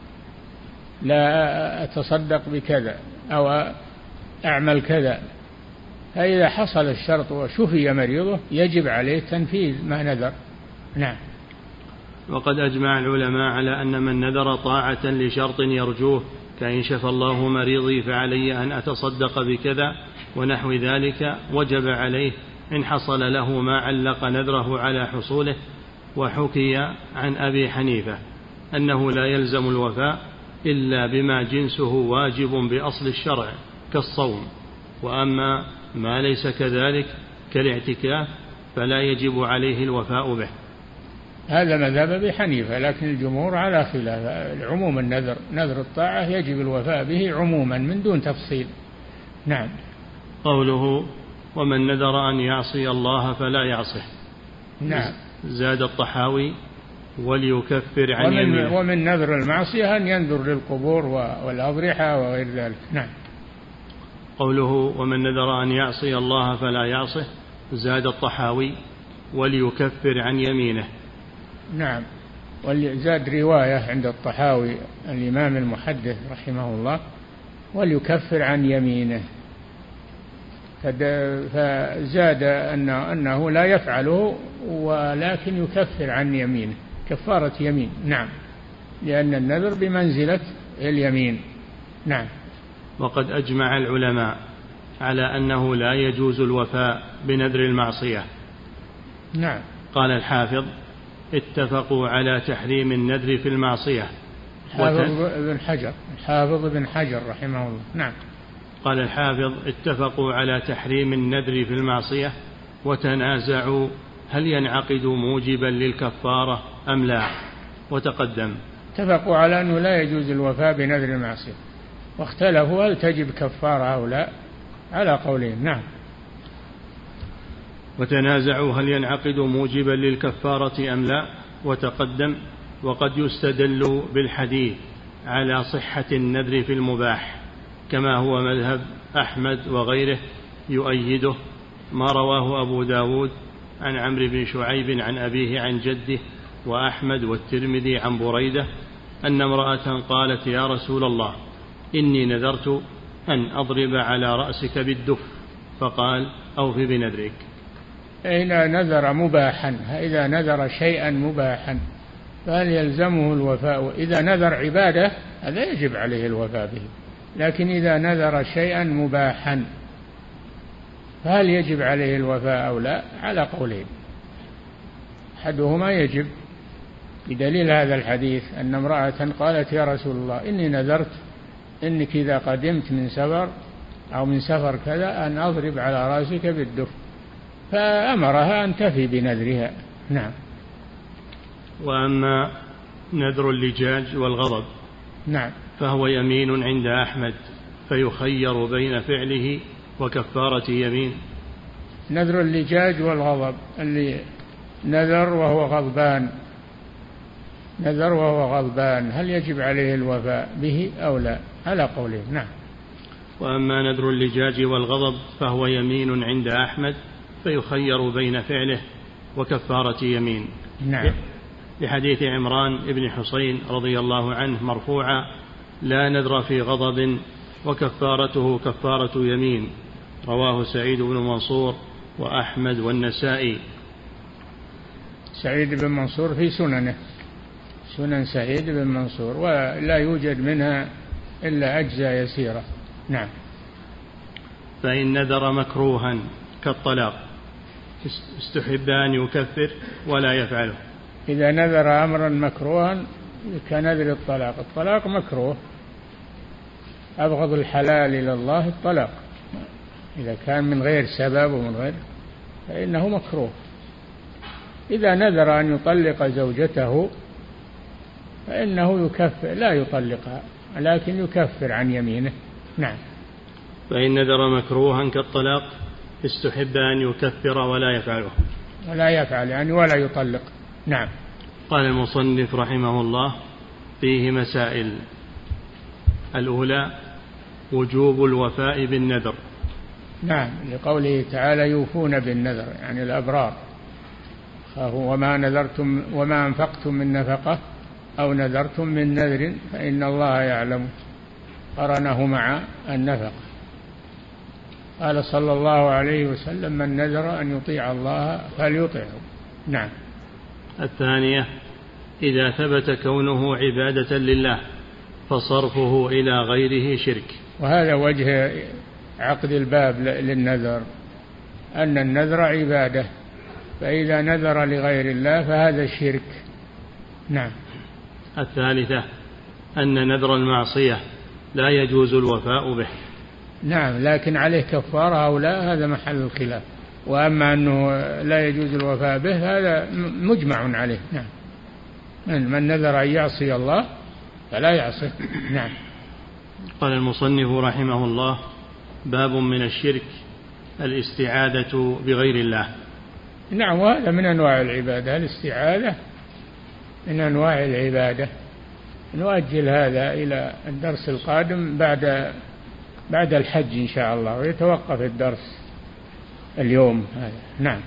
S2: لا أتصدق بكذا أو أعمل كذا، فإذا حصل الشرط وشفي مريضه يجب عليه تنفيذ ما نذر. نعم.
S1: وقد أجمع العلماء على أن من نذر طاعة لشرط يرجوه كأن شفى الله مريضي فعلي أن أتصدق بكذا ونحو ذلك وجب عليه إن حصل له ما علق نذره على حصوله. وحكي عن أبي حنيفة أنه لا يلزم الوفاء إلا بما جنسه واجب بأصل الشرع كالصوم، وأما ما ليس كذلك كالاعتكاف فلا يجب عليه الوفاء به.
S2: هذا مذهب أبي حنيفة، لكن الجمهور على خلاف. العموم النذر نذر الطاعة يجب الوفاء به عموما من دون تفصيل. نعم.
S1: قوله ومن نذر أن يعصي الله فلا يعصه.
S2: نعم.
S1: زاد الطحاوي وليكفر عن
S2: ومن,
S1: يمينه.
S2: ومن نذر المعصية أن ينذر للقبور والأضرحة وغير ذلك. نعم.
S1: قوله ومن نذر أن يعصي الله فلا يعصه زاد الطحاوي وليكفر عن يمينه.
S2: نعم. وزاد رواية عند الطحاوي الإمام المحدث رحمه الله وليكفر عن يمينه، فزاد أنه, أنه لا يفعله ولكن يكفر عن يمينه كفارة يمين. نعم. لأن النذر بمنزلة اليمين. نعم.
S1: وقد أجمع العلماء على أنه لا يجوز الوفاء بنذر المعصية.
S2: نعم.
S1: قال الحافظ اتفقوا على تحريم النذر في المعصية.
S2: حافظ ابن حجر حافظ ابن حجر رحمه الله. نعم.
S1: قال الحافظ اتفقوا على تحريم النذر في المعصية وتنازعوا هل ينعقد موجبا للكفارة أم لا، وتقدم.
S2: اتفقوا على أنه لا يجوز الوفاء بنذر المعصية، واختلفوا هل تجب كفارة أو لا على قولين. نعم.
S1: وتنازعوا هل ينعقد موجبا للكفارة أم لا، وتقدم. وقد يستدل بالحديث على صحة النذر في المباح كما هو مذهب أحمد وغيره، يؤيده ما رواه أبو داود عن عمرو بن شعيب عن أبيه عن جده وأحمد والترمذي عن بريدة أن امرأة قالت يا رسول الله إني نذرت أن أضرب على رأسك بالدف، فقال أوف بنذرك.
S2: إذا نذر مباحا، إذا نذر شيئا مباحا فهل يلزمه الوفاء؟ إذا نذر عبادة هذا يجب عليه الوفاء به، لكن إذا نذر شيئا مباحا فهل يجب عليه الوفاء أو لا على قولين، أحدهما يجب بدليل هذا الحديث أن امرأة قالت يا رسول الله إني نذرت إنك إذا قدمت من سفر أو من سفر كذا أن أضرب على رأسك بالدف، فأمرها أن تفي بنذرها. نعم.
S1: وأما نذر اللجاج والغضب
S2: نعم
S1: فهو يمين عند أحمد فيخير بين فعله وكفارة يمين.
S2: نذر اللجاج والغضب اللي نذر وهو غضبان نذر وهو غضبان هل يجب عليه الوفاء به أو لا على قوله. نعم.
S1: وأما نذر اللجاج والغضب فهو يمين عند أحمد فيخير بين فعله وكفارة يمين.
S2: نعم.
S1: لحديث عمران بن حسين رضي الله عنه مرفوعا لا نذر في غضب وكفارته كفارة يمين، رواه سعيد بن منصور وأحمد والنسائي.
S2: سعيد بن منصور في سننه سنن سعيد بن منصور ولا يوجد منها إلا أجزاء يسيرة. نعم.
S1: فإن نذر مكروها كالطلاق استحب أن يكفر ولا يفعله.
S2: إذا نذر أمرا مكروها كنذر الطلاق، الطلاق مكروه، أبغض الحلال إلى الله الطلاق، إذا كان من غير سبب ومن غير فإنه مكروه. إذا نذر أن يطلق زوجته فإنه يكفر، لا يطلقها لكن يكفر عن يمينه. نعم.
S1: فإن نذر مكروها كالطلاق استحب أن يكفر ولا يفعله.
S2: ولا يفعل يعني ولا يطلق. نعم.
S1: قال المصنف رحمه الله: فيه مسائل. الأولى وجوب الوفاء بالنذر.
S2: نعم، لقوله تعالى يوفون بالنذر يعني الأبرار. وما نذرتم وما أنفقتم من نفقة أو نذرتم من نذر فإن الله يعلم، قرنه مع النفقة. قال صلى الله عليه وسلم: من نذر أن يطيع الله فليطعه. نعم.
S1: الثانية إذا ثبت كونه عبادة لله فصرفه إلى غيره شرك.
S2: وهذا وجه عقد الباب للنذر، أن النذر عبادة، فإذا نذر لغير الله فهذا شرك. نعم.
S1: الثالثة أن نذر المعصية لا يجوز الوفاء به.
S2: نعم، لكن عليه كفارة أو لا هذا محل الخلاف. وأما أنه لا يجوز الوفاء به هذا مجمع عليه. نعم. من نذر أن يعصي الله فلا يعصيه. نعم.
S1: قال المصنف رحمه الله: باب من الشرك الاستعاذة بغير الله.
S2: نعم، وهذا من أنواع العبادة، الاستعاذة من أنواع العبادة. نؤجل هذا إلى الدرس القادم بعد بعد الحج إن شاء الله، ويتوقف الدرس اليوم هذا. نعم.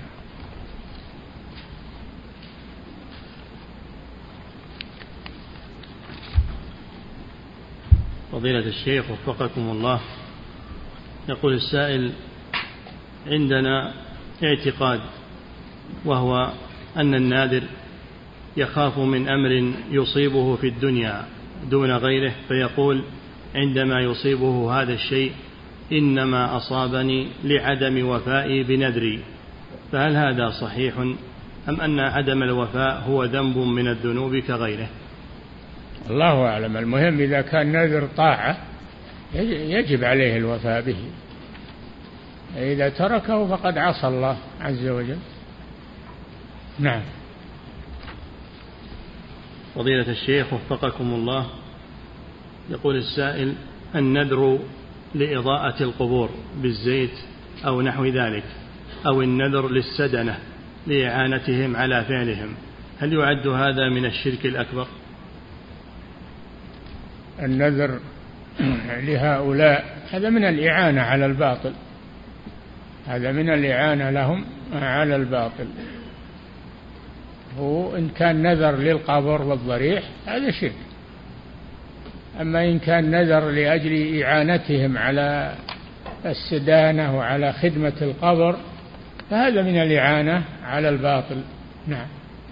S1: فضيلة الشيخ وفقكم الله، يقول السائل: عندنا اعتقاد وهو أن النادر يخاف من أمر يصيبه في الدنيا دون غيره، فيقول عندما يصيبه هذا الشيء إنما أصابني لعدم وفائي بنذري، فهل هذا صحيح أم أن عدم الوفاء هو ذنب من الذنوب كغيره؟
S2: الله أعلم. المهم إذا كان نذر طاعة يجب عليه الوفاء به، إذا تركه فقد عصى الله عز وجل. نعم.
S1: فضيلة الشيخ وفقكم الله، يقول السائل: النذر لإضاءة القبور بالزيت أو نحو ذلك، أو النذر للسدنة لإعانتهم على فعلهم، هل يعد هذا من الشرك الأكبر؟
S2: النذر لهؤلاء هذا من الإعانة على الباطل، هذا من الإعانة لهم على الباطل. هو إن كان نذر للقبر والضريح هذا شرك، أما إن كان نذر لأجل إعانتهم على السدانة وعلى خدمة القبر فهذا من الإعانة على الباطل. نعم.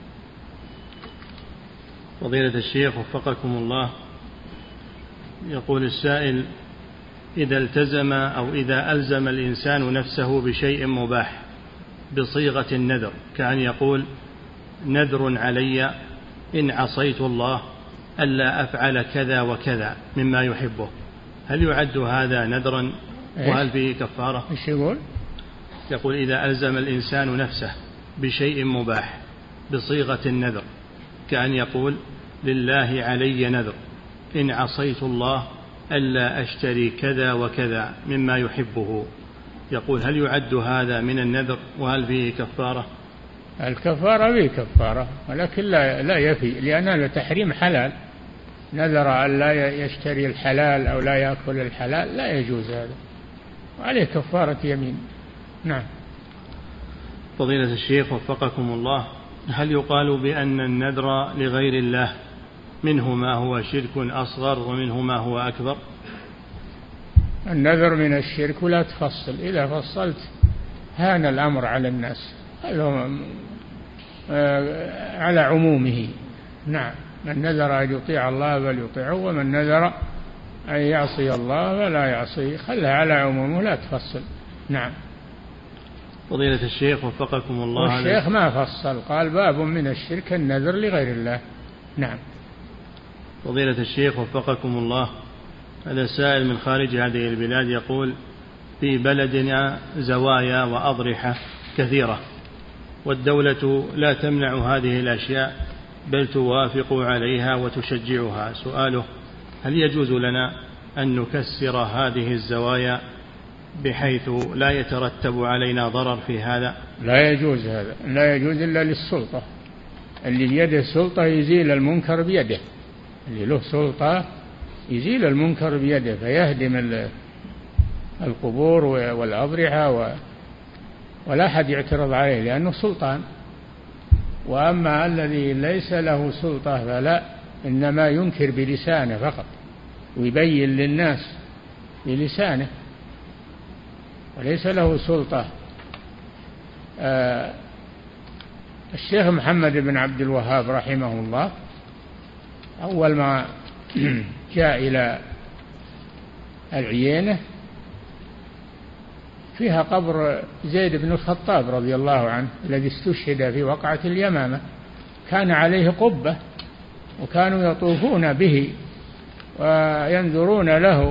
S1: فضيلة الشيخ وفقكم الله، يقول السائل: إذا التزم أو إذا ألزم الإنسان نفسه بشيء مباح بصيغة النذر، كأن يقول: نذر علي إن عصيت الله ألا أفعل كذا وكذا مما يحبه، هل يعد هذا نذرا وهل فيه كفارة؟
S2: إيش يقول؟
S1: يقول: إذا ألزم الإنسان نفسه بشيء مباح بصيغة النذر، كأن يقول: لله علي نذر إن عصيت الله ألا أشتري كذا وكذا مما يحبه، يقول هل يعد هذا من النذر وهل فيه كفارة؟
S2: الكفارة فيه كفارة، ولكن لا لا يفي، لأن التحريم حلال. نذر أن لا يشتري الحلال أو لا يأكل الحلال لا يجوز هذا، وعليه كفارة يمين. نعم.
S1: فضيلة الشيخ وفقكم الله، هل يقال بأن النذر لغير الله منه ما هو شرك أصغر ومنه ما هو أكبر؟
S2: النذر من الشرك ولا تفصل، إذا فصلت هان الأمر على الناس، هذا على عمومه. نعم. من نذر أن يطيع الله فليطيعه، ومن نذر أن يعصي الله فلا يعصيه، خلها على عمومه لا تفصل. نعم.
S1: فضيلة الشيخ وفقكم الله،
S2: والشيخ ما فصل، قال باب من الشرك النذر لغير الله. نعم.
S1: فضيلة الشيخ وفقكم الله، هذا سائل من خارج هذه البلاد يقول: في بلدنا زوايا وأضرحة كثيرة، والدولة لا تمنع هذه الأشياء بل توافق عليها وتشجعها. سؤاله: هل يجوز لنا أن نكسر هذه الزوايا بحيث لا يترتب علينا ضرر في هذا؟
S2: لا يجوز هذا، لا يجوز إلا للسلطة. اللي بيده السلطة يزيل المنكر بيده، اللي له سلطة يزيل المنكر بيده، فيهدم القبور والأضرحة و... ولا أحد يعترض عليه لأنه سلطان. وأما الذي ليس له سلطة فلا، إنما ينكر بلسانه فقط ويبين للناس بلسانه وليس له سلطة. آه الشيخ محمد بن عبد الوهاب رحمه الله أول ما جاء إلى العيينة فيها قبر زيد بن الخطاب رضي الله عنه الذي استشهد في وقعة اليمامة، كان عليه قبة وكانوا يطوفون به وينظرون له،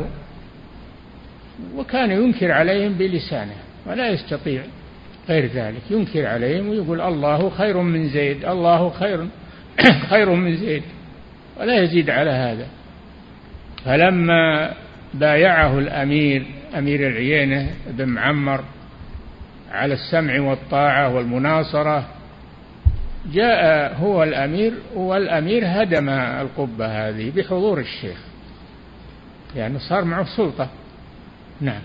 S2: وكان ينكر عليهم بلسانه ولا يستطيع غير ذلك، ينكر عليهم ويقول الله خير من زيد، الله خير خير من زيد، ولا يزيد على هذا. فلما بايعه الأمير أمير العيينة بن معمر على السمع والطاعة والمناصرة، جاء هو الأمير، والأمير هدم القبة هذه بحضور الشيخ، يعني صار معه سلطة. نعم.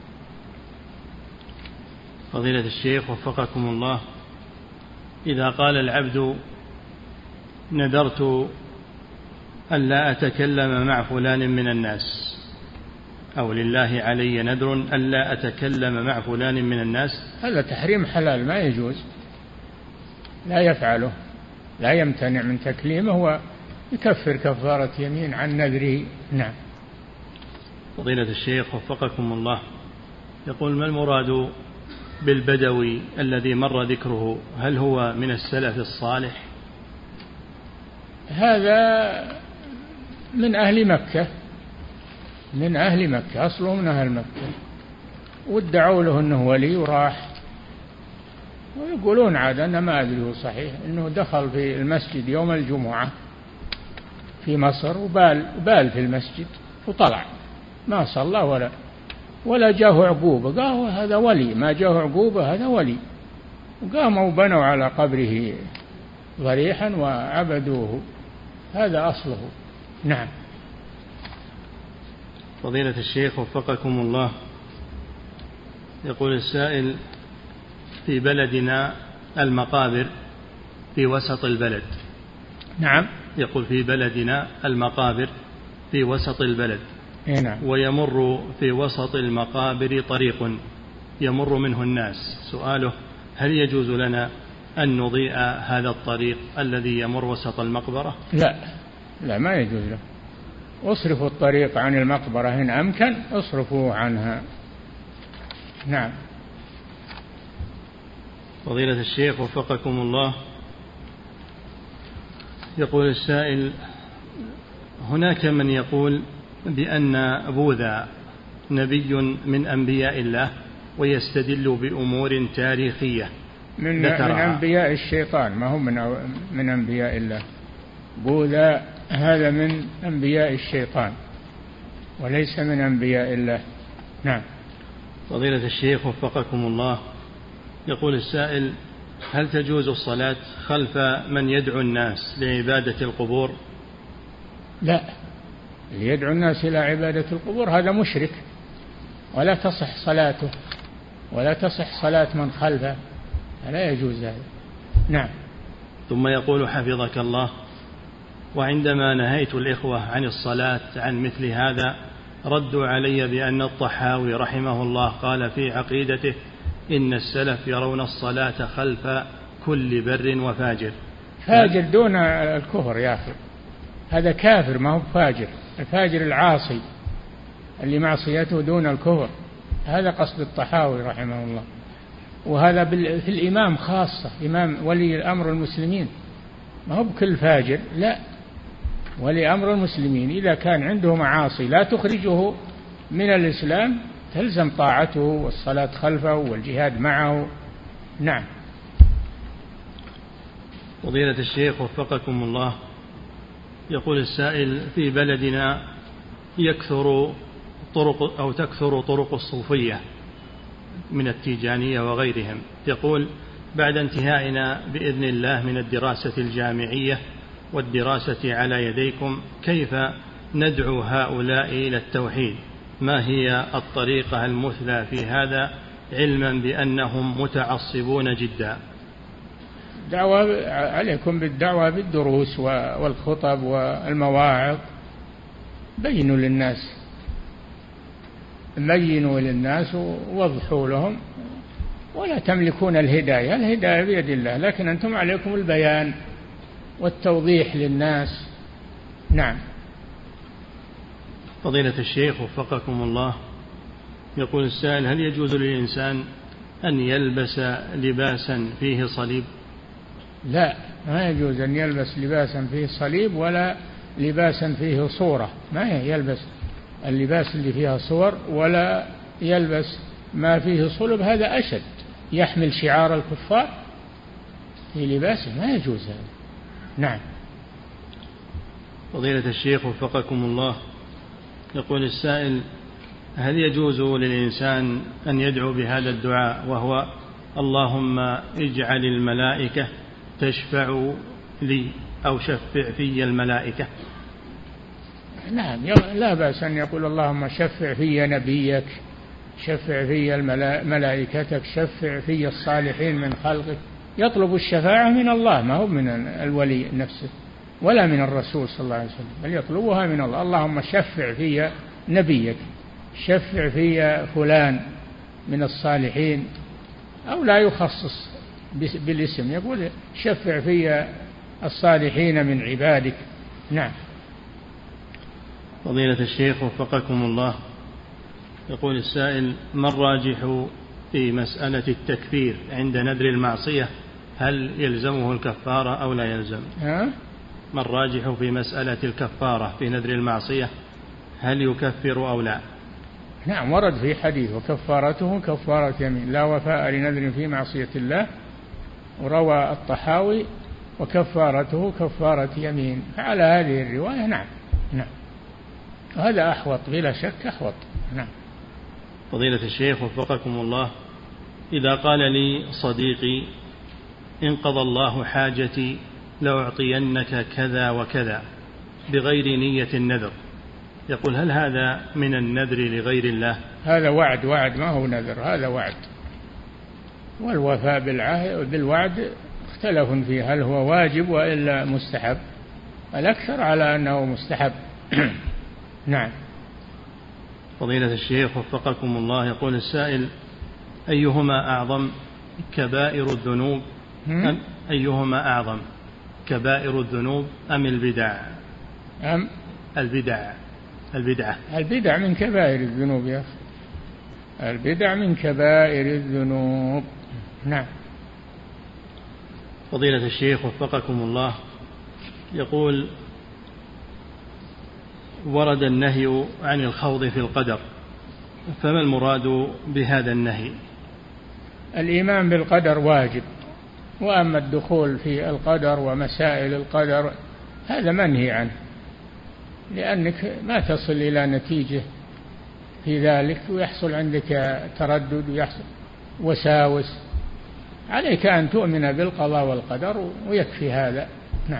S1: فضيلة الشيخ وفقكم الله، إذا قال العبد: نذرت أن لا أتكلم مع فلان من الناس، أو لله علي نذر أن لا أتكلم مع فلان من الناس،
S2: هذا تحريم حلال ما يجوز، لا يفعله، لا يمتنع من تكليمه ويكفر كفارة يمين عن نذره. نعم.
S1: فضيلة الشيخ وفقكم الله، يقول: ما المراد بالبدوي الذي مر ذكره؟ هل هو من السلف الصالح؟
S2: هذا من أهل مكة، من أهل مكة، أصله من أهل مكة، وادعوا له أنه ولي وراح، ويقولون عاد أنا ما أدري هو صحيح أنه دخل في المسجد يوم الجمعة في مصر وبال, وبال في المسجد وطلع، ما صلى ولا ولا جاه عقوبة، قالوا هذا ولي، ما جاه عقوبة هذا ولي، وقاموا وبنوا على قبره ضريحا وعبدوه، هذا أصله. نعم.
S1: فضيلة الشيخ وفقكم الله، يقول السائل: في بلدنا المقابر في وسط البلد.
S2: نعم.
S1: يقول: في بلدنا المقابر في وسط البلد.
S2: نعم.
S1: ويمر في وسط المقابر طريق يمر منه الناس. سؤاله: هل يجوز لنا أن نضيء هذا الطريق الذي يمر وسط المقبرة؟
S2: لا، لا ما يجوز له، اصرفوا الطريق عن المقبرة إن أمكن، اصرفوا عنها. نعم.
S1: فضيلة الشيخ وفقكم الله، يقول السائل: هناك من يقول بأن بوذا نبي من أنبياء الله ويستدل بأمور تاريخية
S2: من, من أنبياء الشيطان، ما هو من, من أنبياء الله. بوذا هذا من أنبياء الشيطان وليس من أنبياء الله. نعم.
S1: فضيلة الشيخ وفقكم الله، يقول السائل: هل تجوز الصلاة خلف من يدعو الناس لعبادة القبور؟
S2: لا، اللي يدعو الناس إلى عبادة القبور هذا مشرك، ولا تصح صلاته ولا تصح صلاة من خلفه، لا يجوز هذا. نعم.
S1: ثم يقول حفظك الله: وعندما نهيت الإخوة عن الصلاة عن مثل هذا ردوا علي بأن الطحاوي رحمه الله قال في عقيدته: إن السلف يرون الصلاة خلف كل بر وفاجر.
S2: فاجر دون الكفر يا أخي، هذا كافر ما هو فاجر، الفاجر العاصي اللي معصيته دون الكفر، هذا قصد الطحاوي رحمه الله. وهذا في الإمام خاصة، إمام ولي الأمر المسلمين، ما هو بكل فاجر، لا، ولي أمر المسلمين إذا كان عنده معاصي لا تخرجه من الإسلام تلزم طاعته والصلاة خلفه والجهاد معه. نعم.
S1: فضيلة الشيخ وفقكم الله، يقول السائل: في بلدنا يكثر طرق أو تكثر طرق الصوفية من التيجانية وغيرهم. يقول: بعد انتهائنا بإذن الله من الدراسة الجامعية والدراسة على يديكم، كيف ندعو هؤلاء إلى التوحيد؟ ما هي الطريقة المثلى في هذا، علما بأنهم متعصبون جدا؟
S2: دعوة عليكم بالدعوة بالدروس والخطب والمواعظ. بينوا للناس بينوا للناس ووضحوا لهم، ولا تملكون الهداية، الهداية بيد الله، لكن أنتم عليكم البيان والتوضيح للناس. نعم.
S1: فضيلة الشيخ وفقكم الله، يقول السائل: هل يجوز للإنسان أن يلبس لباسا فيه صليب؟
S2: لا، ما يجوز أن يلبس لباسا فيه صليب ولا لباسا فيه صورة. ما يلبس اللباس اللي فيها صور ولا يلبس ما فيه صلب، هذا أشد، يحمل شعار الكفار في لباسه، ما يجوز هذا. نعم.
S1: فضيلة الشيخ وفقكم الله، يقول السائل: هل يجوز للإنسان أن يدعو بهذا الدعاء وهو: اللهم اجعل الملائكة تشفع لي أو شفع في الملائكة؟
S2: نعم، لا بأس أن يقول: اللهم شفع في نبيك، شفع في ملائكتك، شفع في الصالحين من خلقك. يطلب الشفاعة من الله، ما هو من الولي نفسه ولا من الرسول صلى الله عليه وسلم، بل يطلبها من الله. اللهم شفع في نبيك، شفع في فلان من الصالحين، أو لا يخصص بالاسم، يقول شفع في الصالحين من عبادك. نعم.
S1: فضيلة الشيخ وفقكم الله، يقول السائل: ما الراجح في مسألة التكفير عند نذر المعصية؟ هل يلزمه الكفارة أو لا يلزم؟
S2: ها؟
S1: ما الراجح في مسألة الكفارة في نذر المعصية؟ هل يكفر أو لا؟
S2: نعم، ورد في حديث: وكفارته كفارة يمين، لا وفاء لنذر في معصية الله. وروى الطحاوي: وكفارته كفارة يمين. فعلى هذه الرواية نعم نعم، هذا أحوط بلا شك، أحوط. نعم.
S1: فضيلة الشيخ وفقكم الله، إذا قال لي صديقي: إن قضى الله حاجتي لأعطينك كذا وكذا، بغير نية النذر، يقول: هل هذا من النذر لغير الله؟
S2: هذا وعد، وعد ما هو نذر، هذا وعد. والوفاء بالعهد بالوعد اختلف فيه، هل هو واجب وإلا مستحب؟ الأكثر على أنه مستحب. نعم.
S1: فضيلة الشيخ وفقكم الله، يقول السائل: أيهما أعظم، كبائر الذنوب أم أيهما أعظم، كبائر الذنوب أم البدع؟
S2: أم
S1: البدع البدعة
S2: البدع من كبائر الذنوب يا أخي، البدع من كبائر الذنوب. نعم.
S1: فضيلة الشيخ وفقكم الله، يقول: ورد النهي عن الخوض في القدر، فما المراد بهذا النهي؟
S2: الإيمان بالقدر واجب، وأما الدخول في القدر ومسائل القدر هذا منهي عنه، لأنك ما تصل إلى نتيجة في ذلك، ويحصل عندك تردد ويحصل وساوس. عليك أن تؤمن بالقضاء والقدر ويكفي هذا. نعم.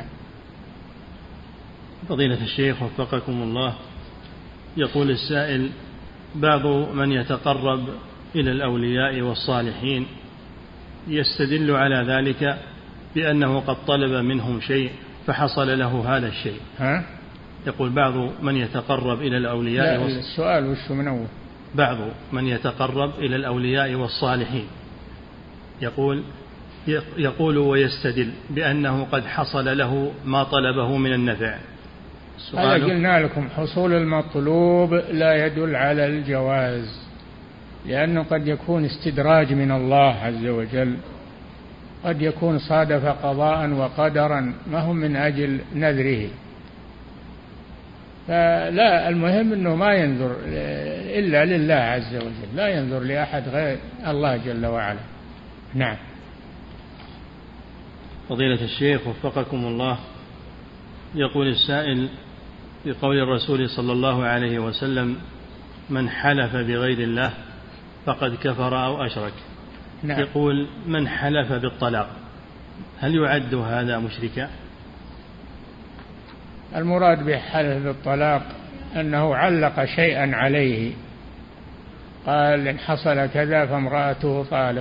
S1: فضيلة الشيخ وفقكم الله، يقول السائل: بعض من يتقرب إلى الأولياء والصالحين يستدل على ذلك بأنه قد طلب منهم شيء فحصل له هذا الشيء.
S2: ها؟
S1: يقول: بعض من يتقرب إلى الأولياء والصالحين.
S2: السؤال وش من أول؟
S1: بعض من يتقرب إلى الأولياء والصالحين يقول يقول ويستدل بأنه قد حصل له ما طلبه من النفع.
S2: هذا قلنا لكم: حصول المطلوب لا يدل على الجواز، لأنه قد يكون استدراج من الله عز وجل، قد يكون صادف قضاء وقدرا ما هم من أجل نذره. فلا، المهم أنه ما ينذر إلا لله عز وجل، لا ينظر لأحد غير الله جل وعلا. نعم.
S1: فضيلة الشيخ وفقكم الله، يقول السائل: بقول الرسول صلى الله عليه وسلم: من حلف بغير الله فقد كفر أو أشرك. نعم. يقول: من حلف بالطلاق هل يعد هذا مشركا؟
S2: المراد بحلف بالطلاق أنه علق شيئا عليه، قال إن حصل كذا فامرأته طالق،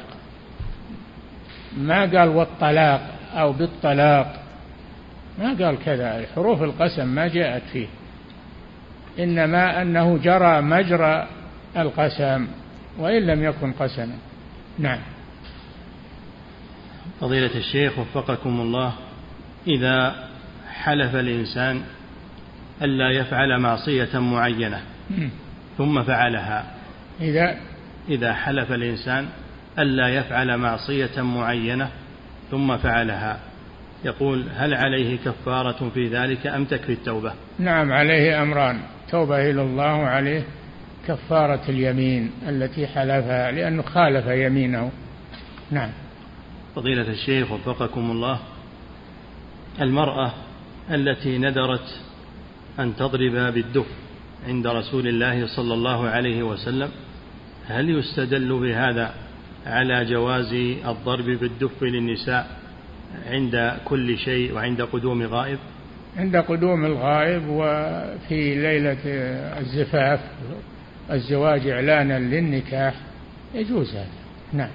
S2: ما قال والطلاق أو بالطلاق، ما قال كذا، حروف القسم ما جاءت فيه، إنما أنه جرى مجرى القسم وإن لم يكن قسما. نعم.
S1: فضيلة الشيخ وفقكم الله، إذا حلف الإنسان ألا يفعل معصية معينة ثم فعلها،
S2: إذا
S1: إذا حلف الإنسان ألا يفعل معصية معينة ثم فعلها، يقول: هل عليه كفارة في ذلك أم تكفي التوبة؟
S2: نعم، عليه أمران: توبة إلى الله، وعليه كفارة اليمين التي حلفها لأنه خالف يمينه. نعم.
S1: فضيلة الشيخ وفقكم الله، المرأة التي نذرت أن تضرب بالدف عند رسول الله صلى الله عليه وسلم، هل يستدل بهذا على جواز الضرب بالدف للنساء عند كل شيء وعند قدوم غائب؟
S2: عند قدوم الغائب وفي ليلة الزفاف الزواج إعلانا للنكاح يجوز هذا. نعم.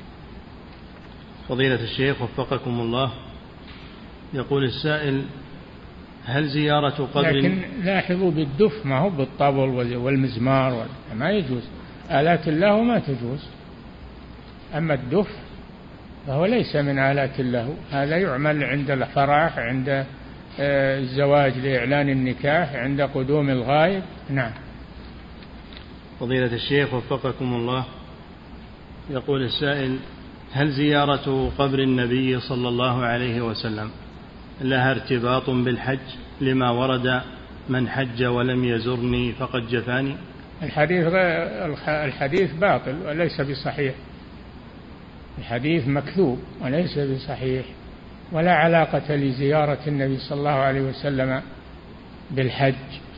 S1: فضيلة الشيخ وفقكم الله، يقول السائل: هل زيارة قبر،
S2: لكن لاحظوا بالدف ما هو بالطبل والمزمار، ما يجوز، آلات الله ما تجوز، أما الدف فهو ليس من آلات الله، هذا يعمل عند الفرح، عند الزواج لإعلان النكاح، عند قدوم الغائب. نعم.
S1: فضيلة الشيخ وفقكم الله، يقول السائل: هل زيارة قبر النبي صلى الله عليه وسلم لها ارتباط بالحج لما ورد: من حج ولم يزرني فقد جفاني؟
S2: الحديث الحديث باطل وليس بصحيح، الحديث مكذوب وليس بصحيح، ولا علاقة لزيارة النبي صلى الله عليه وسلم بالحج.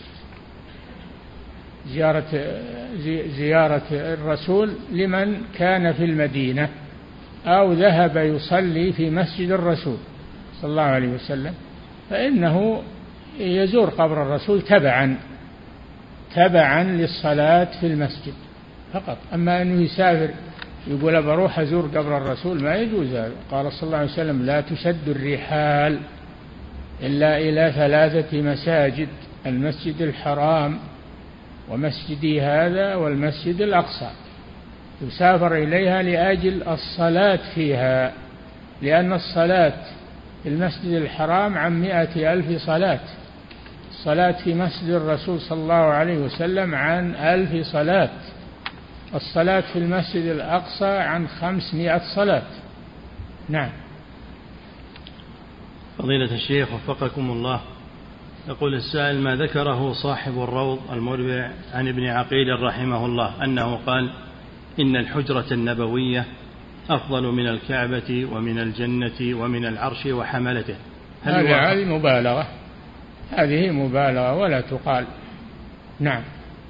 S2: زيارة زيارة الرسول لمن كان في المدينة أو ذهب يصلي في مسجد الرسول صلى الله عليه وسلم، فإنه يزور قبر الرسول تبعا تبعا للصلاة في المسجد فقط. أما أنه يسافر يقول بروح أزور قبر الرسول، ما يجوز هذا. قال صلى الله عليه وسلم: لا تشد الرحال إلا إلى ثلاثة مساجد: المسجد الحرام ومسجدي هذا والمسجد الأقصى، يسافر إليها لأجل الصلاة فيها، لأن الصلاة في المسجد الحرام عن مئة ألف صلاة، الصلاة في مسجد الرسول صلى الله عليه وسلم عن ألف صلاة، الصلاة في المسجد الأقصى عن خمسمائة صلاة. نعم.
S1: فضيلة الشيخ وفقكم الله، يقول السائل: ما ذكره صاحب الروض المربع عن ابن عقيل رحمه الله أنه قال: إن الحجرة النبوية أفضل من الكعبة ومن الجنة ومن العرش وحملته، هل
S2: هذه مبالغة، هذه مبالغة ولا تقال. نعم.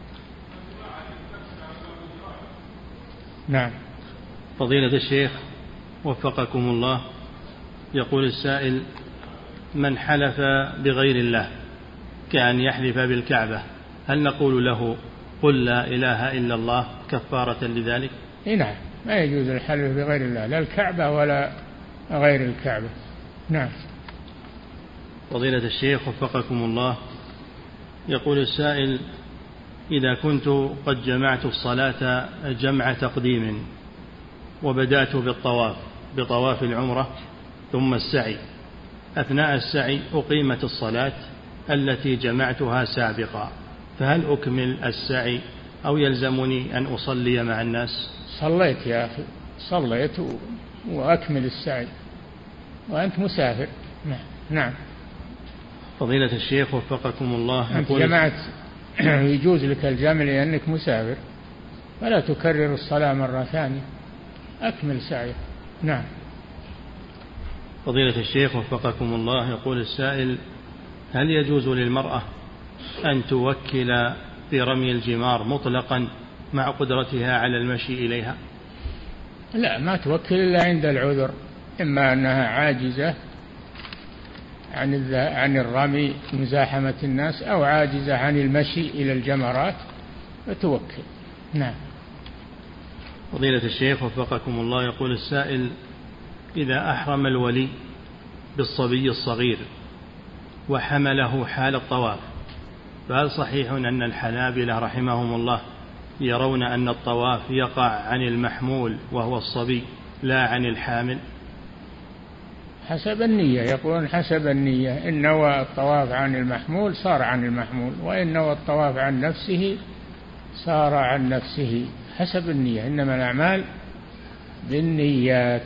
S2: نعم.
S1: فضيلة الشيخ وفقكم الله، يقول السائل: من حلف بغير الله كأن يحلف بالكعبة، هل نقول له: قل لا إله إلا الله كفارة لذلك؟
S2: نعم، ما يجوز الحلف بغير الله، لا الكعبة ولا غير الكعبة. نعم.
S1: فضيلة الشيخ وفقكم الله، يقول السائل: إذا كنت قد جمعت الصلاة جمع تقديم وبدأت بالطواف بطواف العمرة ثم السعي، أثناء السعي أقيمت الصلاة التي جمعتها سابقا، فهل أكمل السعي أو يلزمني أن أصلي مع الناس؟
S2: صليت يا أخي، صليت وأكمل السعي وأنت مسافر. نعم.
S1: فضيلة الشيخ وفقكم الله،
S2: أنت جمعت يجوز لك الجمع لأنك مسافر، فلا تكرر الصلاة مرة ثانية، أكمل سعيك. نعم.
S1: فضيلة الشيخ وفقكم الله، يقول السائل: هل يجوز للمرأة أن توكل في رمي الجمار مطلقا مع قدرتها على المشي إليها؟
S2: لا، ما توكل إلا عند العذر، إما أنها عاجزة عن عن الرمي مزاحمة الناس، أو عاجزة عن المشي إلى الجمرات فتوكل. نعم.
S1: فضيلة الشيخ وفقكم الله، يقول السائل: إذا أحرم الولي بالصبي الصغير وحمله حال الطواف، فهل صحيح أن الحنابلة رحمهم الله يرون أن الطواف يقع عن المحمول وهو الصبي لا عن الحامل؟
S2: حسب النية، يقولون حسب النية، إن نوى الطواف عن المحمول صار عن المحمول، وإن نوى الطواف عن نفسه صار عن نفسه، حسب النية، إنما الأعمال بالنيات.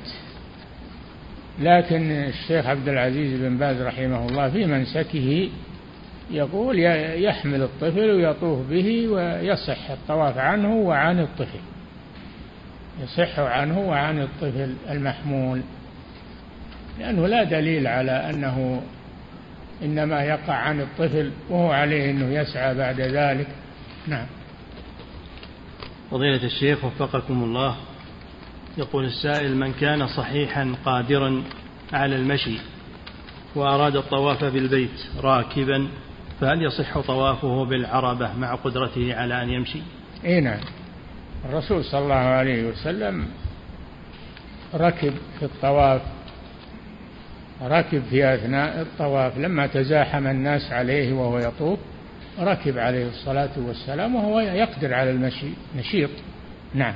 S2: لكن الشيخ عبد العزيز بن باز رحمه الله في منسكه يقول يحمل الطفل ويطوف به ويصح الطواف عنه وعن الطفل، يصح عنه وعن الطفل المحمول، لأنه لا دليل على أنه إنما يقع عن الطفل وهو عليه أنه يسعى بعد ذلك. نعم.
S1: فضيلة الشيخ وفقكم الله، يقول السائل: من كان صحيحا قادرا على المشي وأراد الطواف بالبيت راكبا، فهل يصح طوافه بالعربة مع قدرته على أن يمشي؟
S2: إيه نعم، الرسول صلى الله عليه وسلم ركب في الطواف، ركب في أثناء الطواف لما تزاحم الناس عليه وهو يطوف، ركب عليه الصلاة والسلام وهو يقدر على المشي، نشيط. نعم.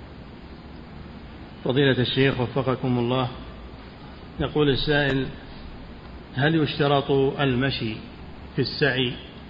S1: فضيلة الشيخ وفقكم الله، يقول السائل: هل يشترط المشي في السعي؟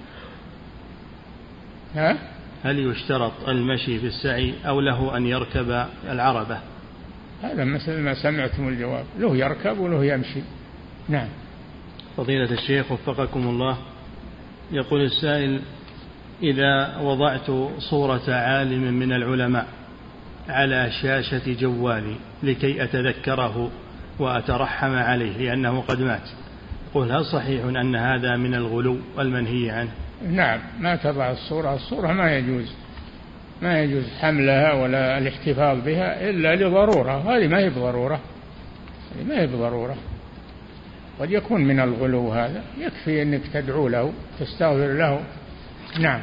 S2: ها؟
S1: هل يشترط المشي في السعي أو له أن يركب العربة؟
S2: هذا مثل ما سمعتم الجواب، له يركب وله يمشي. نعم.
S1: فضيلة الشيخ وفقكم الله، يقول السائل: إذا وضعت صورة عالم من العلماء على شاشة جوالي لكي أتذكره وأترحم عليه لأنه قد مات، قل هل صحيح أن هذا من الغلو المنهي عنه؟
S2: نعم، ما تضع الصورة، الصورة ما يجوز ما يجوز حملها ولا الاحتفاظ بها إلا لضرورة، هذه ما هي بضرورة، هذه ما هي بضرورة، قد يكون من الغلو هذا، يكفي أنك تدعو له تستغفر له. نعم.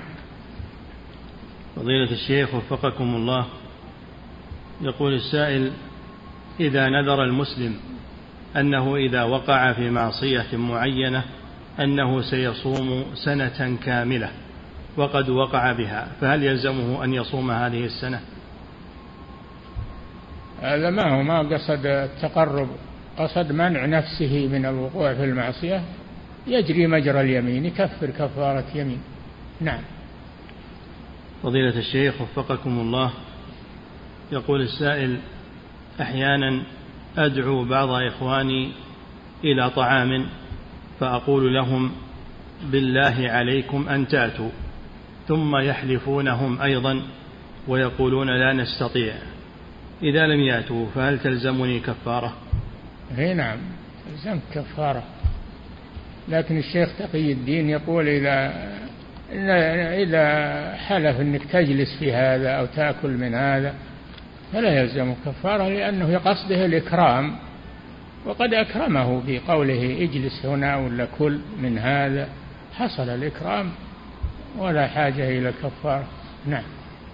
S1: فضيلة الشيخ وفقكم الله، يقول السائل: إذا نذر المسلم أنه إذا وقع في معصية معينة أنه سيصوم سنة كاملة وقد وقع بها، فهل يلزمه أن يصوم هذه السنة؟
S2: هذا ما هو ما قصد التقرب، قصد منع نفسه من الوقوع في المعصية، يجري مجرى اليمين، يكفر كفارة يمين. نعم.
S1: فضيلة الشيخ وفقكم الله، يقول السائل: أحيانا أدعو بعض إخواني إلى طعام فأقول لهم بالله عليكم أن تأتوا، ثم يحلفونهم أيضا ويقولون لا نستطيع، إذا لم يأتوا فهل تلزمني كفارة؟
S2: اي نعم تلزم كفارة، لكن الشيخ تقي الدين يقول إذا إذا حلف أنك تجلس في هذا أو تأكل من هذا فلا يلزم كفارة، لأنه يقصده الإكرام، وقد أكرمه بقوله اجلس هنا ولا كل من هذا، حصل الإكرام ولا حاجة إلى الكفارة. نعم.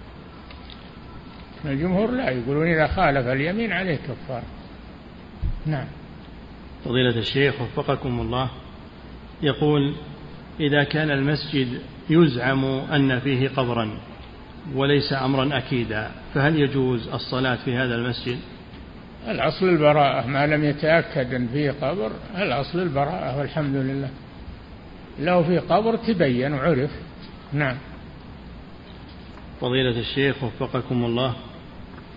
S2: الجمهور لا، يقولون إذا خالف اليمين عليه كفارة. نعم.
S1: فضيلة الشيخ وفقكم الله، يقول: إذا كان المسجد يزعم أن فيه قبرا وليس أمرا أكيدا، فهل يجوز الصلاة في هذا المسجد؟
S2: الأصل البراءة، ما لم يتأكد أن فيه قبر الأصل البراءة والحمد لله، لو فيه قبر تبين وعرف. نعم.
S1: فضيلة الشيخ وفقكم الله،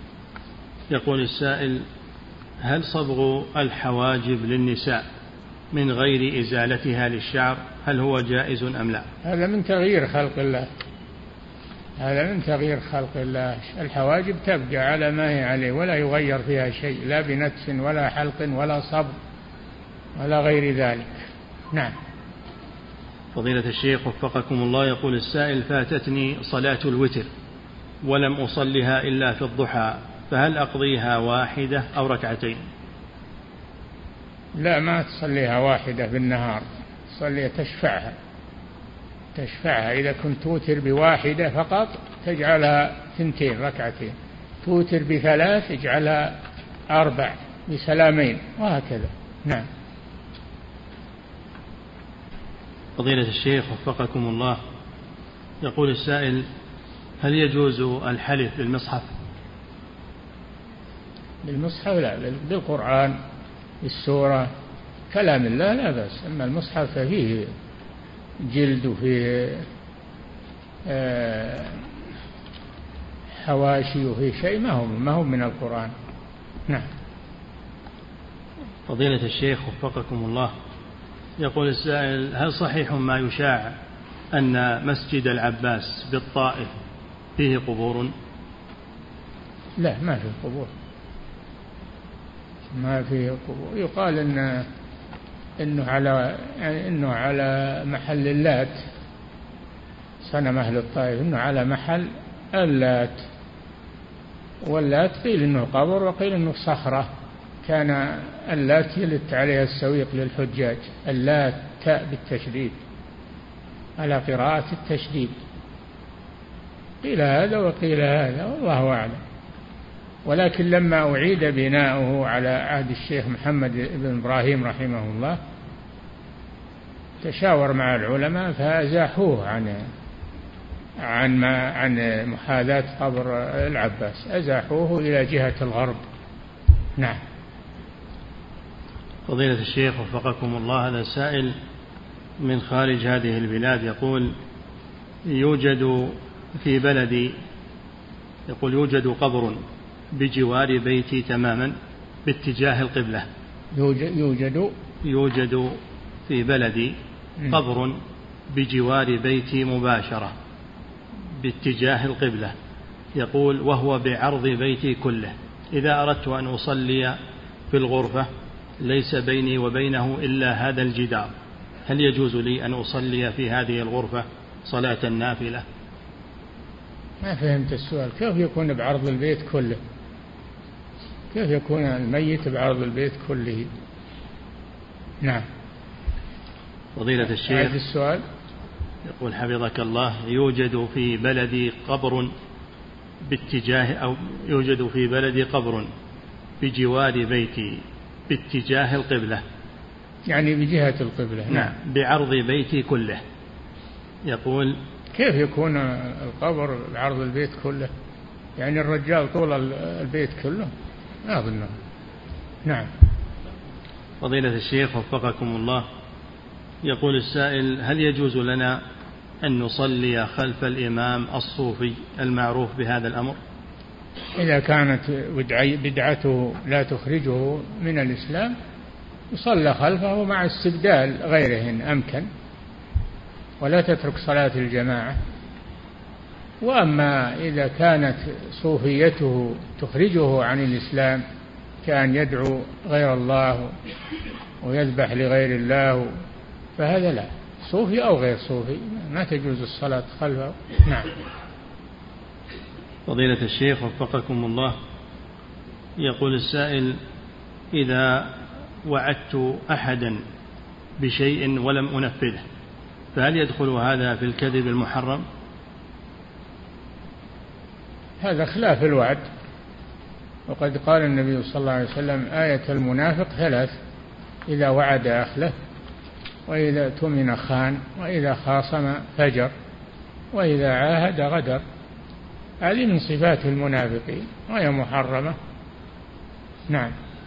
S1: يقول السائل: هل صبغ الحواجب للنساء من غير إزالتها للشعر هل هو جائز أم لا؟
S2: هذا من تغيير خلق الله، هذا من تغيير خلق الله. الحواجب تبقى على ما هي عليه ولا يغير فيها شيء، لا بنتف ولا حلق ولا صب ولا غير ذلك. نعم.
S1: فضيلة الشيخ وفقكم الله، يقول السائل: فاتتني صلاة الوتر ولم أصلها إلا في الضحى، فهل أقضيها واحدة أو ركعتين؟
S2: لا، ما تصليها واحدة بالنهار، تصليها تشفعها تشفعها. إذا كنت توتر بواحدة فقط تجعلها ثنتين ركعتين، توتر بثلاث اجعلها أربع بسلامين، وهكذا. نعم.
S1: فضيلة الشيخ وفقكم الله، يقول السائل: هل يجوز الحلف بالمصحف؟
S2: بالمصحف لا، بالقرآن بالسورة كلام الله لا بأس، أما المصحف فيه جلد وفيه حواشي وفيه شيء ما هو ما هو من القرآن. نعم.
S1: فضيلة الشيخ وفقكم الله، يقول السائل: هل صحيح ما يشاع أن مسجد العباس بالطائف فيه قبور؟
S2: لا، ما فيه قبور، ما فيه قبور. يقال إن إنه على يعني إنه على محل اللات، صنم أهل الطائف إنه على محل اللات، واللات قيل إنه قبر وقيل إنه صخرة، كان اللات يلت عليها السويق للحجاج. اللات تاء بالتشديد على قراءة التشديد، قيل هذا وقيل هذا والله أعلم. ولكن لما أعيد بناؤه على عهد الشيخ محمد بن إبراهيم رحمه الله تشاور مع العلماء فأزاحوه عن عن ما عن محاذاة قبر العباس، أزاحوه إلى جهة الغرب. نعم.
S1: فضيلة الشيخ وفقكم الله، هذا سائل من خارج هذه البلاد يقول: يوجد في بلدي يقول يوجد قبر بجوار بيتي تماما باتجاه القبلة.
S2: يوجد يوجد
S1: يوجد في بلدي قبر بجوار بيتي مباشرة باتجاه القبلة، يقول وهو بعرض بيتي كله. إذا أردت أن أصلي في الغرفة ليس بيني وبينه إلا هذا الجدار، هل يجوز لي أن أصلي في هذه الغرفة صلاة النافلة؟
S2: ما فهمت السؤال. كيف يكون بعرض البيت كله؟ كيف يكون الميت بعرض البيت كله؟ نعم.
S1: فضيلة الشيخ
S2: السؤال
S1: يقول حفظك الله: يوجد في بلدي قبر باتجاه أو يوجد في بلدي قبر بجوار بيتي باتجاه القبلة،
S2: يعني بجهة القبلة.
S1: نعم. بعرض بيتي كله. يقول
S2: كيف يكون القبر بعرض البيت كله؟ يعني الرجال طول البيت كله؟ ما أظنه. نعم.
S1: فضيلة الشيخ وفقكم الله، يقول السائل: هل يجوز لنا أن نصلي خلف الإمام الصوفي المعروف بهذا الأمر؟
S2: إذا كانت بدعته لا تخرجه من الإسلام يصلى خلفه مع استبدال غيره إن أمكن، ولا تترك صلاة الجماعة. وأما إذا كانت صوفيته تخرجه عن الإسلام كان يدعو غير الله ويذبح لغير الله فهذا لا، صوفي أو غير صوفي ما تجوز الصلاة خلفه. نعم.
S1: فضيلة الشيخ وفقكم الله، يقول السائل: إذا وعدت أحدا بشيء ولم أنفذه فهل يدخل هذا في الكذب المحرم؟
S2: هذا خلاف الوعد، وقد قال النبي صلى الله عليه وسلم: آية المنافق ثلاث: إذا وعد أخله، وإذا اؤتمن خان، وإذا خاصم فجر، وإذا عاهد غدر. هذه من صفات المنافقين وهي محرمة. نعم.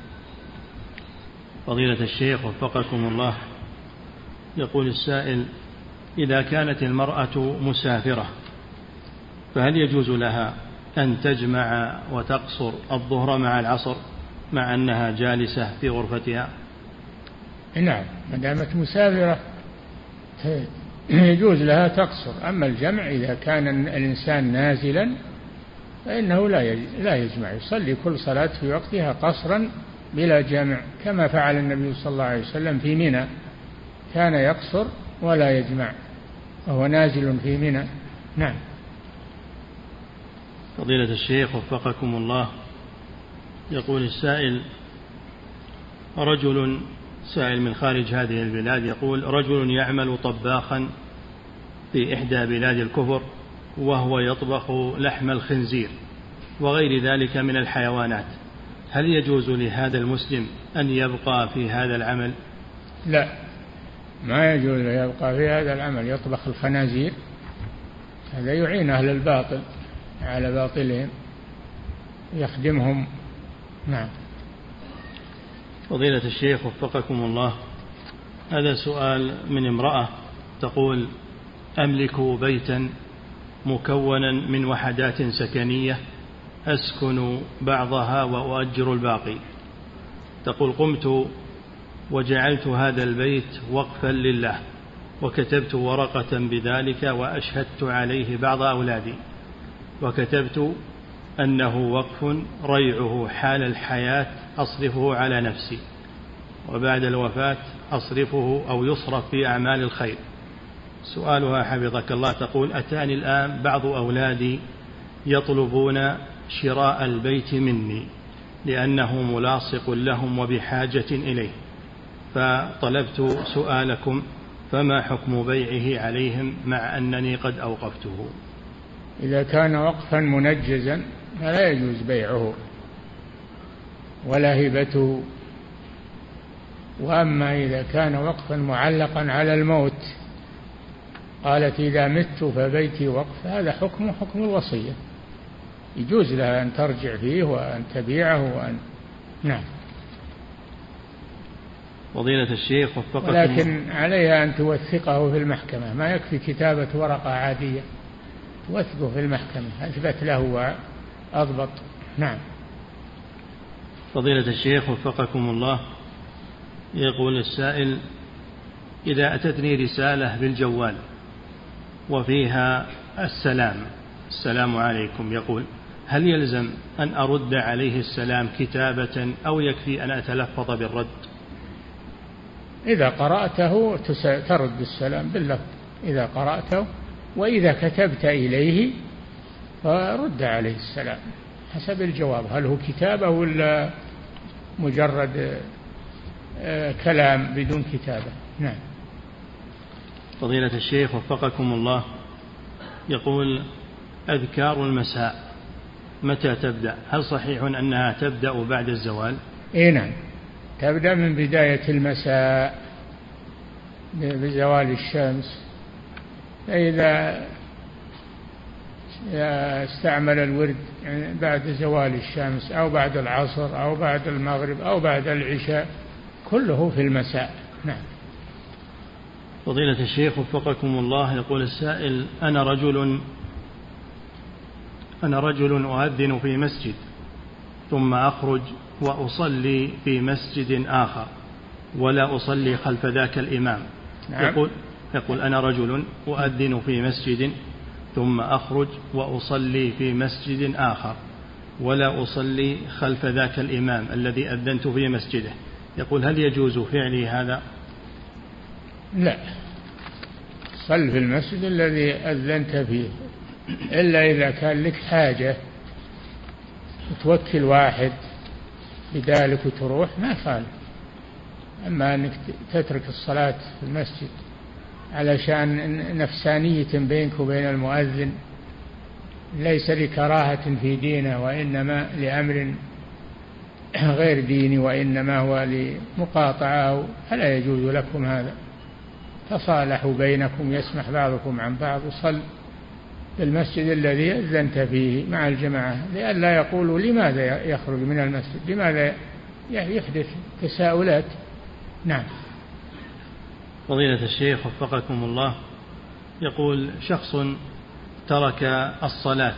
S1: فضيلة الشيخ وفقكم الله، يقول السائل: إذا كانت المرأة مسافرة فهل يجوز لها أن تجمع وتقصر الظهر مع العصر مع أنها جالسة في غرفتها؟
S2: نعم، ما دامت مسافرة يجوز لها تقصر. أما الجمع إذا كان الإنسان نازلا فإنه لا يجمع، يصلي كل صلاة في وقتها قصرا بلا جمع، كما فعل النبي صلى الله عليه وسلم في منى، كان يقصر ولا يجمع وهو نازل في منى. نعم.
S1: فضيلة الشيخ وفقكم الله، يقول السائل: رجل سائل من خارج هذه البلاد، يقول: رجل يعمل طباخا في إحدى بلاد الكفر وهو يطبخ لحم الخنزير وغير ذلك من الحيوانات، هل يجوز لهذا المسلم أن يبقى في هذا العمل؟
S2: لا، ما يجوز له يبقى في هذا العمل، يطبخ الخنازير، هذا يعين أهل الباطل على باطلهم، يخدمهم. نعم.
S1: فضيلة الشيخ وفقكم الله، هذا سؤال من امرأة تقول: أملك بيتا مكونا من وحدات سكنية أسكن بعضها وأؤجر الباقي. تقول: قمت وجعلت هذا البيت وقفا لله وكتبت ورقة بذلك وأشهدت عليه بعض أولادي، وكتبت أنه وقف ريعه حال الحياة أصرفه على نفسي، وبعد الوفاة أصرفه أو يصرف في أعمال الخير. سؤالها حفظك الله، تقول: أتاني الآن بعض أولادي يطلبون شراء البيت مني لأنه ملاصق لهم وبحاجة إليه، فطلبت سؤالكم فما حكم بيعه عليهم مع أنني قد أوقفته؟
S2: إذا كان وقفا منجزا فلا يجوز بيعه ولا هبته، وأما إذا كان وقفا معلقا على الموت، قالت: إذا مت فبيتي وقف، هذا حكم حكم الوصية، يجوز لها أن ترجع فيه وأن تبيعه وأن... نعم.
S1: فضيلة الشيخ وفقكم،
S2: ولكن عليها أن توثقه في المحكمة، ما يكفي كتابة ورقة عادية، توثقه في المحكمة أثبت له وأضبط. نعم.
S1: فضيلة الشيخ وفقكم الله، يقول السائل: إذا أتتني رسالة بالجوال وفيها السلام السلام عليكم، يقول: هل يلزم أن أرد عليه السلام كتابة أو يكفي أن أتلفظ بالرد؟
S2: إذا قرأته ترد السلام باللفظ إذا قرأته، وإذا كتبت إليه فرد عليه السلام حسب الجواب، هل هو كتابة ولا مجرد كلام بدون كتابة. نعم.
S1: فضيلة الشيخ وفقكم الله، يقول: أذكار المساء متى تبدأ؟ هل صحيح أنها تبدأ بعد الزوال؟
S2: إيه نعم، تبدأ من بداية المساء بزوال الشمس، فإذا استعمل الورد بعد زوال الشمس أو بعد العصر أو بعد المغرب أو بعد العشاء كله في المساء. نعم.
S1: فضيلة الشيخ وفقكم الله، يقول السائل: أنا رجل أنا رجل أؤذن في مسجد ثم أخرج وأصلي في مسجد آخر ولا أصلي خلف ذاك الإمام.
S2: نعم.
S1: يقول, يقول أنا رجل أؤذن في مسجد ثم أخرج وأصلي في مسجد آخر ولا أصلي خلف ذاك الإمام الذي أذنت في مسجده، يقول: هل يجوز فعلي هذا؟
S2: لا، صل في المسجد الذي أذنت فيه، إلا إذا كان لك حاجة توكل واحد بذلك وتروح ما فعل. أما أنك تترك الصلاة في المسجد علشان نفسانية بينك وبين المؤذن، ليس لكراهة في دينه وإنما لأمر غير ديني، وإنما هو لمقاطعة، فلا يجوز لكم هذا. تصالحوا بينكم، يسمح بعضكم عن بعض، وصل في المسجد الذي أذنت فيه مع الجماعة، لئلا يقولوا لماذا يخرج من المسجد، لماذا يحدث تساؤلات. نعم.
S1: فضيلة الشيخ وفقكم الله، يقول: شخص ترك الصلاة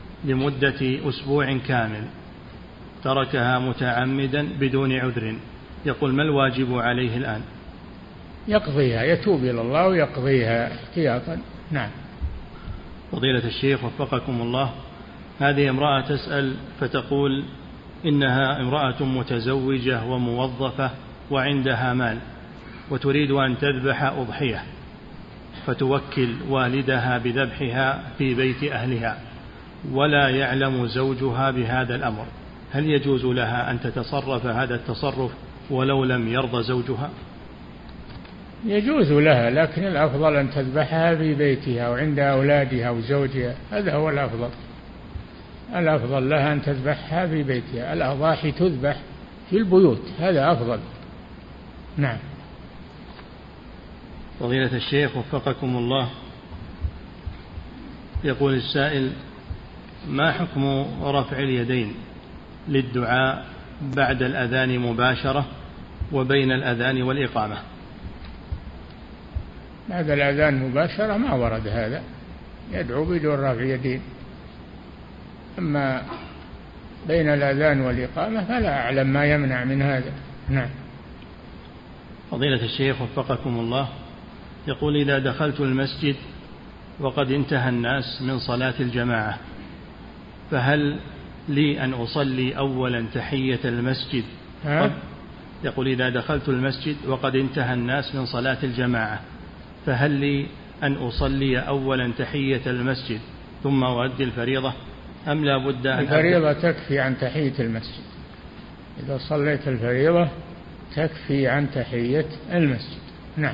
S1: لمدة أسبوع كامل، تركها متعمدا بدون عذر، يقول: ما الواجب عليه الآن؟
S2: يقضيها، يتوب إلى الله ويقضيها احتياطا. نعم.
S1: فضيلة الشيخ وفقكم الله، هذه امرأة تسأل فتقول إنها امرأة متزوجة وموظفة وعندها مال وتريد أن تذبح أضحية، فتوكل والدها بذبحها في بيت أهلها ولا يعلم زوجها بهذا الأمر، هل يجوز لها أن تتصرف هذا التصرف ولو لم يرضى زوجها؟
S2: يجوز لها، لكن الأفضل أن تذبحها في بيتها وعند أولادها وزوجها، هذا هو الأفضل. الأفضل لها أن تذبحها في بيتها، الأضاحي تذبح في البيوت، هذا أفضل. نعم.
S1: فضيلة الشيخ وفقكم الله، يقول السائل: ما حكم رفع اليدين للدعاء بعد الأذان مباشرة وبين الأذان والإقامة؟
S2: بعد الأذان مباشرة ما ورد هذا، يدعو بدون رفع يدين. أما بين الأذان والإقامة فلا أعلم ما يمنع من هذا. نعم.
S1: فضيلة الشيخ وفقكم الله، يقول: إذا دخلت المسجد وقد انتهى الناس من صلاة الجماعة، فهل لي أن أصلي أولا تحية المسجد؟ يقول: إذا دخلت المسجد وقد انتهى الناس من صلاة الجماعة، فهل لي أن أصلي أولا تحية المسجد ثم أؤدي الفريضة أم لا بد أن
S2: الفريضة تكفي عن تحية المسجد؟ إذا صليت الفريضة تكفي عن تحية المسجد. نعم.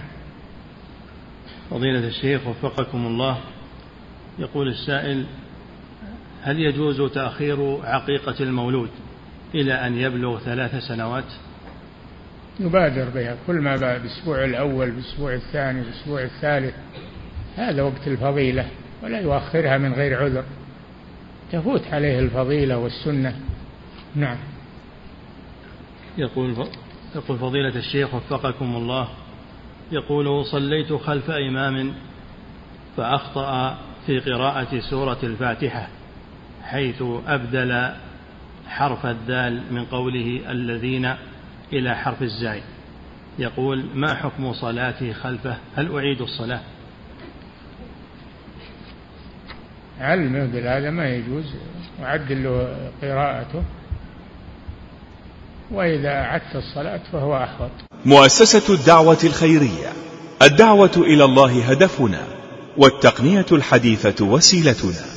S1: فضيلة الشيخ وفقكم الله، يقول السائل: هل يجوز تأخير عقيقة المولود إلى أن يبلغ ثلاث سنوات؟
S2: يبادر بها كل ما بعد، الأسبوع الأول، الأسبوع الثاني، الأسبوع الثالث، هذا وقت الفضيلة، ولا يؤخرها من غير عذر، تفوت عليه الفضيلة والسنة. نعم.
S1: يقول يقول فضيلة الشيخ وفقكم الله، يقول: صليت خلف إمام فأخطأ في قراءة سورة الفاتحة حيث أبدل حرف الدال من قوله الذين إلى حرف الزاي، يقول: ما حكم صلاتي خلفه؟ هل أعيد الصلاة؟
S2: علمه بالهذا ما يجوز، وعدل له قراءته، وإذا أعدت الصلاة فهو أحوط.
S3: مؤسسة الدعوة الخيرية، الدعوة إلى الله هدفنا، والتقنية الحديثة وسيلتنا.